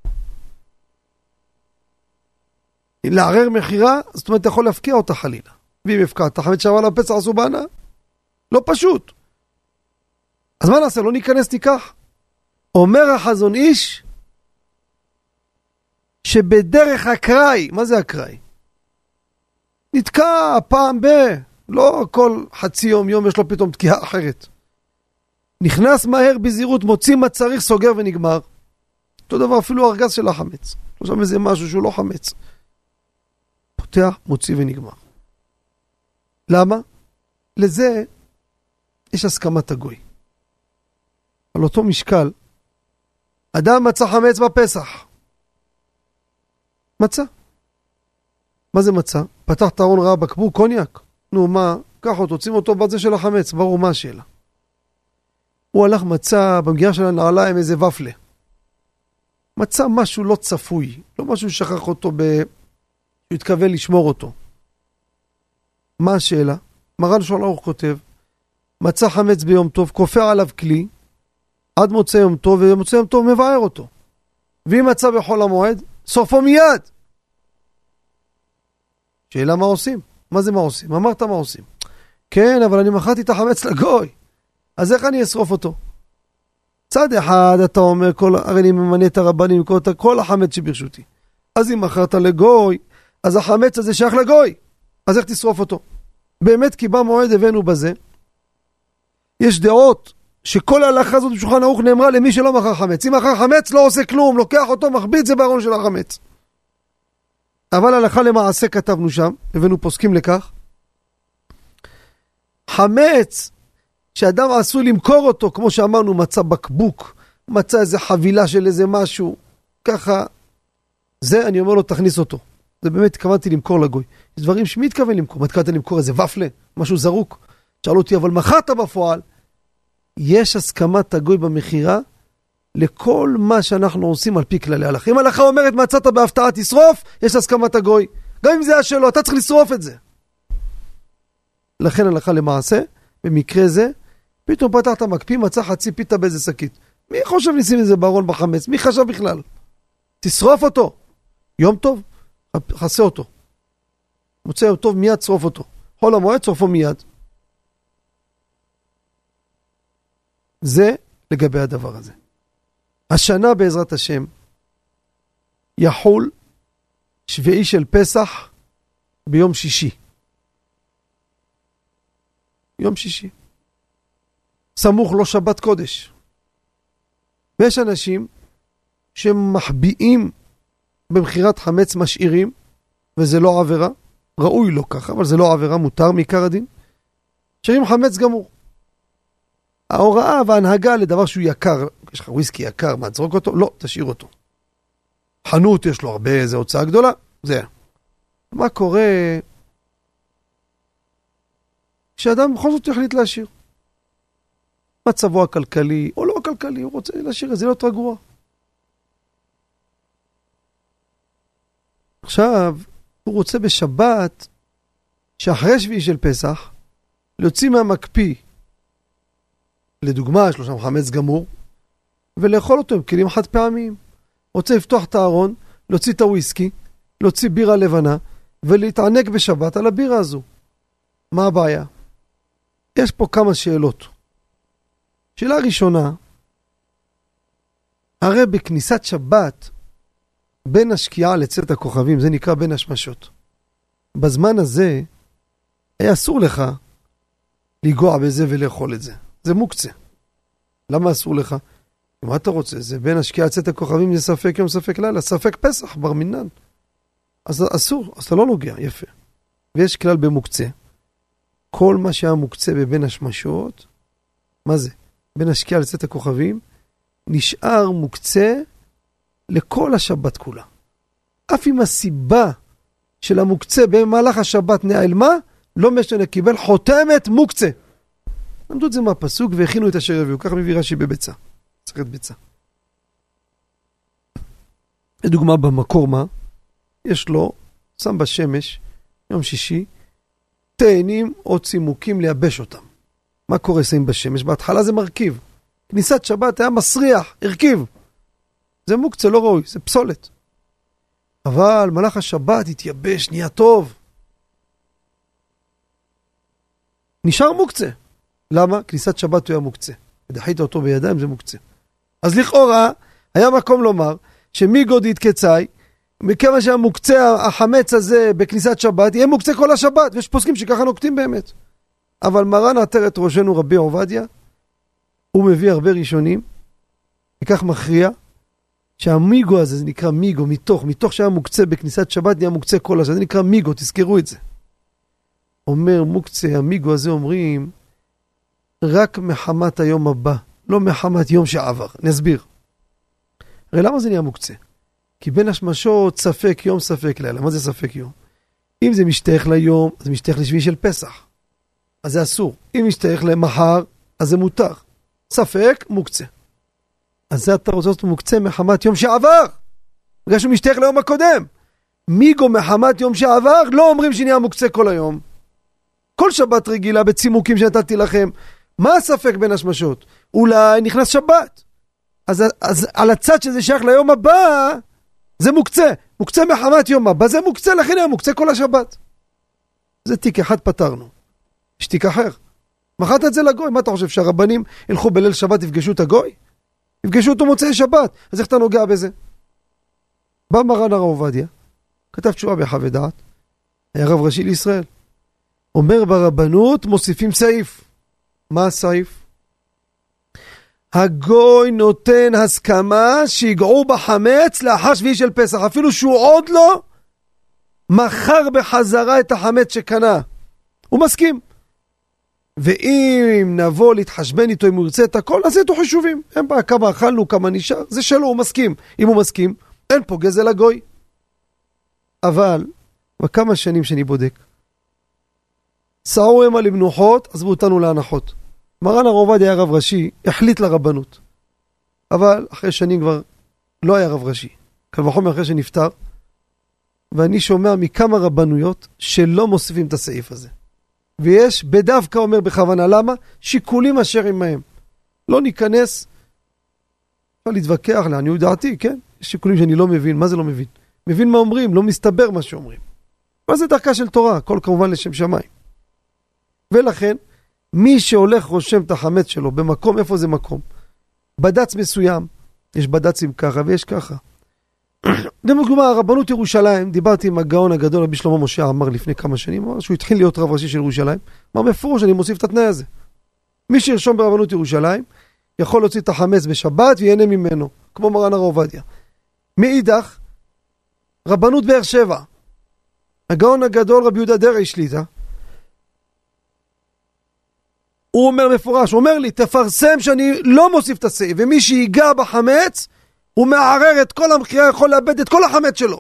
לערער מחירה, זאת אומרת, אתה יכול להפקיע אותה חלילה. ואם הפקעת, חמץ שעבר לפצע עשו בענה? לא פשוט. אז מה נעשה? לא ניכנס, תיקח. אומר החזון איש, שבדרך אקראי, מה זה אקראי? נתקע פעם לא כל חצי יום יש לו פתאום תקיעה אחרת. נכנס מהר בזהירות, מוציא מה צריך, סוגר ונגמר. אותו דבר אפילו ארגז של החמץ. לא שם איזה משהו שהוא לא חמץ. פותח, מוציא ונגמר. למה? לזה יש הסכמת הגוי. על אותו משקל, אדם מצא חמץ בפסח. מצא. מה זה מצא? פתח את הארון, ראה בקבוק קוניאק. נו מה? קח אותו, שים אותו בזה של החמץ. ברור מה השאלה. הוא הלך מצא במגיעה של הנעליים איזה ופלה. מצא משהו לא צפוי. לא משהו ששכח אותו שהוא התכוון לשמור אותו. מה השאלה? מרן שולחן ערוך כותב, מצא חמץ ביום טוב, כופר עליו כלי, עד מוצא יום טוב, ומוצא יום טוב מבאר אותו. ואם מצא בחול המועד, סופו מיד. שאלה מה עושים? מה זה מה עושים? אמרת מה עושים? כן, אבל אני מכרתי את החמץ לגוי. אז איך אני אשרוף אותו? צד אחד אתה אומר, הרי אני ממנה את הרבנים, כל החמץ שברשותי. אז אם מכרת לגוי, אז החמץ הזה שייך לגוי. אז איך תשרוף אותו? באמת כי במועד הבאנו בזה, יש דעות שכל ההלכה הזאת בשולחן ערוך נאמרה למי שלא מכר חמץ. אם מכר חמץ לא עושה כלום, לוקח אותו, מחביא את זה בארון של החמץ. אבל הלכה למעשה כתבנו שם, הבאנו פוסקים לכך, חמץ שאדם עשוי למכור אותו, כמו שאמרנו, מצא בקבוק, מצא איזה חבילה של איזה משהו, ככה, זה אני אומר לו תכניס אותו. זה באמת התכוונתי למכור לגוי. יש דברים שמי התכוון למכור? מה התכוונתי למכור איזה ופלה? משהו זרוק? שאלו אותי, אבל מכרת בפועל? יש הסכמת הגוי במחירה לכל מה שאנחנו עושים על פי כללי ההלכה. אם ההלכה אומרת מצאת בהפתעה תשרוף, יש הסכמת הגוי. גם אם זה היה שלו, אתה צריך לשרוף את זה. לכן הלכה למעשה, במקרה זה, פתאום פתחת מקפיא, מצא חצי פיתה באיזה שקית. מי חושב נשים את זה בארון בחמץ? מי חשב בכלל? תשרוף אותו. יום טוב, חסה אותו. מוצא יום טוב, מיד שרוף אותו. חול המועד, שרפו מיד. זה לגבי הדבר הזה. השנה בעזרת השם יחול שביעי של פסח ביום שישי. יום שישי. סמוך לו שבת קודש. ויש אנשים שמחביאים במחירת חמץ משאירים, וזה לא עבירה. ראוי לא ככה, אבל זה לא עבירה, מותר מעיקר הדין. משאירים חמץ גמור. ההוראה וההנהגה לדבר שהוא יקר, יש לך וויסקי יקר, מה תזרוק אותו? לא, תשאיר אותו. חנות יש לו הרבה, איזו הוצאה גדולה, זה. מה קורה כשאדם בכל זאת יחליט להשאיר? מצבו הכלכלי, או לא הכלכלי, הוא רוצה להשאיר את זה, לא יותר גרוע. עכשיו, הוא רוצה בשבת, שאחרי שביעי של פסח, להוציא מהמקפיא, לדוגמה, יש לו שם חמץ גמור, ולאכול אותו עם כלים חד פעמיים. רוצה לפתוח את הארון, להוציא את הוויסקי, להוציא בירה לבנה, ולהתענק בשבת על הבירה הזו. מה הבעיה? יש פה כמה שאלות. שאלה ראשונה, הרי בכניסת שבת, בין השקיעה לצאת הכוכבים, זה נקרא בין השמשות. בזמן הזה, היה אסור לך לגוע בזה ולאכול את זה. זה מוקצה. למה אסור לך? מה אתה רוצה? זה בין השקיעת צאת הכוכבים, זה ספק יום, ספק לילה, ספק פסח, בר מינן. אז אסור, אז אתה לא נוגע, יפה. ויש כלל במוקצה. כל מה שהיה מוקצה בבין השמשות, מה זה? בין השקיעה לצאת הכוכבים, נשאר מוקצה לכל השבת כולה. אף אם הסיבה של המוקצה במהלך השבת נעלמה, לא משנה, קיבל חותמת מוקצה. למדו את זה מהפסוק והכינו את אשר הביאו, ככה מביא רש"י בביצה, מסכת ביצה. לדוגמה במקור מה? יש לו, שם בשמש, יום שישי, תאנים או צימוקים לייבש אותם. מה קורה שמים בשמש? בהתחלה זה מרכיב. כניסת שבת היה מסריח, הרכיב. זה מוקצה, לא ראוי, זה פסולת. אבל מלאך השבת התייבש, נהיה טוב. נשאר מוקצה. למה? כניסת שבת הוא היה מוקצה. ודחית אותו בידיים, זה מוקצה. אז לכאורה, היה מקום לומר, שמיגוד יתקצאי, מכמה שהמוקצה, החמץ הזה בכניסת שבת, יהיה מוקצה כל השבת, ויש פוסקים שככה נוקטים באמת. אבל מרן עטר את ראשנו רבי עובדיה, הוא מביא הרבה ראשונים, וכך מכריע, שהמיגו הזה, זה נקרא מיגו, מתוך שהיה מוקצה בכניסת שבת, נהיה מוקצה כל השבת, זה נקרא מיגו, תזכרו את זה. אומר מוקצה, המיגו הזה אומרים, רק מחמת היום הבא, לא מחמת יום שעבר. נסביר. הרי למה זה נהיה מוקצה? כי בין השמשות ספק יום ספק לילה. מה זה ספק יום? אם זה משתייך ליום, זה משתייך לשביעי של פסח. אז זה אסור. אם משתייך למחר, אז זה מותר. ספק, מוקצה. אז זה אתה רוצה אותו מוקצה מחמת יום שעבר. בגלל שהוא משתייך ליום הקודם. מיגו מחמת יום שעבר, לא אומרים שנהיה מוקצה כל היום. כל שבת רגילה בצימוקים שנתתי לכם. מה הספק בין השמשות? אולי נכנס שבת. אז על הצד שזה שייך ליום הבא, זה מוקצה. מוקצה מחמת יום הבא, זה מוקצה, לכן היה מוקצה כל השבת. זה תיק אחד פתרנו. יש תיק אחר. מחת את זה לגוי. מה אתה חושב, שהרבנים ילכו בליל שבת, יפגשו את הגוי? יפגשו אותו מוצאי שבת. אז איך אתה נוגע בזה? בא מרן הרב עובדיה, כתב תשובה בחוות דעת, היה רב ראשי לישראל. אומר ברבנות מוסיפים סעיף. מה הסעיף? הגוי נותן הסכמה שיגעו בחמץ לאחר שביעי של פסח, אפילו שהוא עוד לא מכר בחזרה את החמץ שקנה. הוא מסכים. ואם נבוא להתחשבן איתו, אם הוא ירצה את הכל, אז איתו חישובים. אין בעיה, כמה אכלנו, כמה נשאר, זה שלו, הוא מסכים. אם הוא מסכים, אין פה גזל הגוי. אבל, בכמה שנים שאני בודק, סעו המה למנוחות, עזבו אותנו להנחות. מרן הרב עובדיה היה רב ראשי, החליט לרבנות. אבל אחרי שנים כבר לא היה רב ראשי. קל וחומר אחרי שנפטר. ואני שומע מכמה רבנויות שלא מוסיפים את הסעיף הזה. ויש בדווקא אומר בכוונה, למה? שיקולים אשר עמהם. לא ניכנס, אפשר להתווכח לעניות דעתי, כן? יש שיקולים שאני לא מבין, מה זה לא מבין? מבין מה אומרים, לא מסתבר מה שאומרים. מה זה דרכה של תורה? הכל כמובן לשם שמיים. ולכן, מי שהולך רושם את החמץ שלו במקום, איפה זה מקום? בדץ מסוים, יש בדצים ככה ויש ככה. דוגמה, הרבנות ירושלים, דיברתי עם הגאון הגדול, רבי שלמה משה אמר לפני כמה שנים, אמר שהוא התחיל להיות רב ראשי של ירושלים, אמר מפורש, אני מוסיף את התנאי הזה. מי שירשום ברבנות ירושלים, יכול להוציא את החמץ בשבת ויהנה ממנו, כמו מרן הרב עובדיה. מאידך, רבנות באר שבע, הגאון הגדול רבי יהודה דרעי שליטה, הוא אומר מפורש, הוא אומר לי, תפרסם שאני לא מוסיף את הסעיף, ומי שיגע בחמץ, הוא מערער את כל המחירה, יכול לאבד את כל החמץ שלו.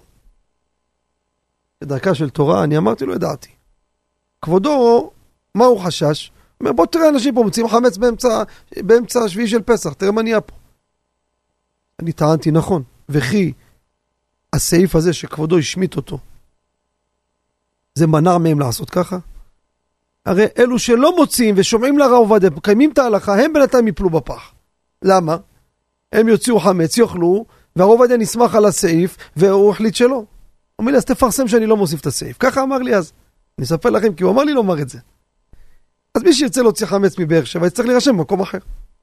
בדרכה של תורה, אני אמרתי לו, ידעתי. כבודו, מה הוא חשש? הוא אומר, בוא תראה אנשים פה, מוצאים חמץ באמצע השביעי של פסח, תראה מה נהיה פה. אני טענתי נכון, וכי הסעיף הזה שכבודו השמיט אותו, זה מנע מהם לעשות ככה? הרי אלו שלא מוצאים ושומעים לרב עובדיה, קיימים את ההלכה, הם בינתיים יפלו בפח. למה? הם יוציאו חמץ, יאכלו, והרב עובדיה נסמך על הסעיף, והוא החליט שלא. הוא אומר לי, אז תפרסם שאני לא מוסיף את הסעיף. ככה אמר לי אז. אני אספר לכם, כי הוא אמר לי לומר את זה. אז מי שירצה להוציא חמץ מבאר שבע, יצטרך להירשם במקום אחר.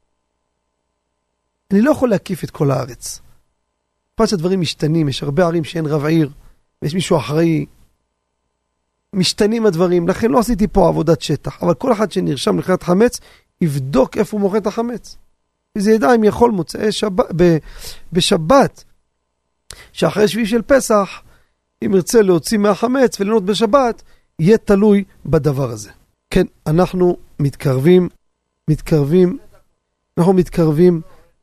אני לא יכול להקיף את כל הארץ. פעם שהדברים משתנים, יש הרבה ערים שאין רב עיר, ויש מישהו אחראי, משתנים הדברים, לכן לא עשיתי פה עבודת שטח, אבל כל אחד שנרשם לחנת חמץ, יבדוק איפה הוא מוכר את החמץ. וזה ידע אם יכול מוצאי בשבת, שאחרי שביעי של פסח, אם ירצה להוציא מהחמץ ולנות בשבת, יהיה תלוי בדבר הזה. כן, אנחנו מתקרבים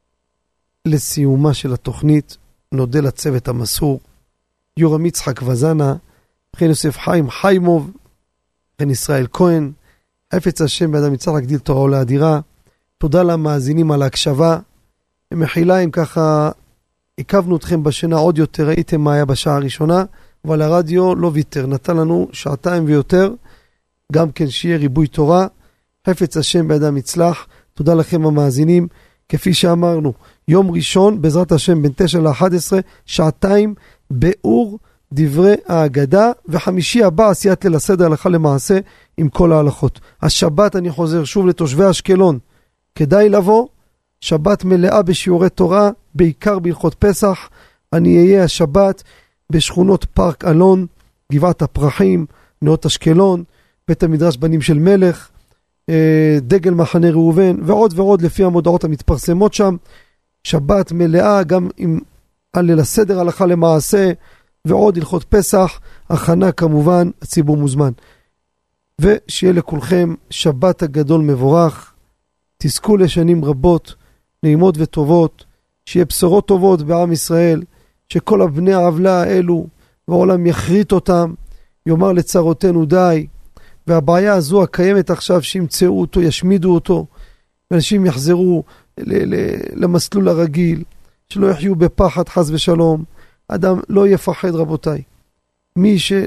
לסיומה של התוכנית. נודה לצוות המסור, יורם יצחק וזנה, חן יוסף חיים חיימוב, חן ישראל כהן, חפץ השם באדם יצחק להגדיל תורה ולאדירה. תודה למאזינים על ההקשבה. מחילה אם ככה עיכבנו אתכם בשינה עוד יותר, ראיתם מה היה בשעה הראשונה, אבל הרדיו לא ויתר, נתן לנו שעתיים ויותר, גם כן שיהיה ריבוי תורה. חפץ השם באדם יצלח. תודה לכם המאזינים. כפי שאמרנו, יום ראשון בעזרת השם בין 9 ל-11, שעתיים באור דברי ההגדה, וחמישי הבא עשיית ליל הסדר הלכה למעשה עם כל ההלכות. השבת, אני חוזר שוב לתושבי אשקלון, כדאי לבוא, שבת מלאה בשיעורי תורה, בעיקר בהלכות פסח. אני אהיה השבת בשכונות פארק אלון, גבעת הפרחים, נאות אשקלון, בית המדרש בנים של מלך, דגל מחנה ראובן, ועוד ועוד לפי המודעות המתפרסמות שם. שבת מלאה גם עם ליל הסדר הלכה למעשה, ועוד הלכות פסח, הכנה כמובן, הציבור מוזמן. ושיהיה לכולכם שבת הגדול מבורך, תזכו לשנים רבות, נעימות וטובות, שיהיה בשורות טובות בעם ישראל, שכל הבני העוולה האלו, והעולם יחריט אותם, יאמר לצרותינו די, והבעיה הזו הקיימת עכשיו, שימצאו אותו, ישמידו אותו, ואנשים יחזרו למסלול הרגיל, שלא יחיו בפחד חס ושלום. אדם לא יפחד רבותיי. מי שלא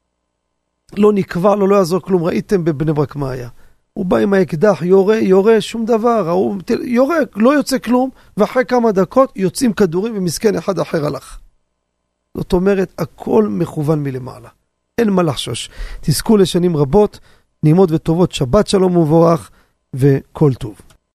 נקבע לו לא יעזור כלום. ראיתם בבני ברק מה היה. הוא בא עם האקדח, יורה שום דבר. יורה, לא יוצא כלום, ואחרי כמה דקות יוצאים כדורים ומסכן אחד אחר הלך. זאת אומרת, הכל מכוון מלמעלה. אין מה לחשוש. תזכו לשנים רבות, נעימות וטובות, שבת שלום ובורך וכל טוב.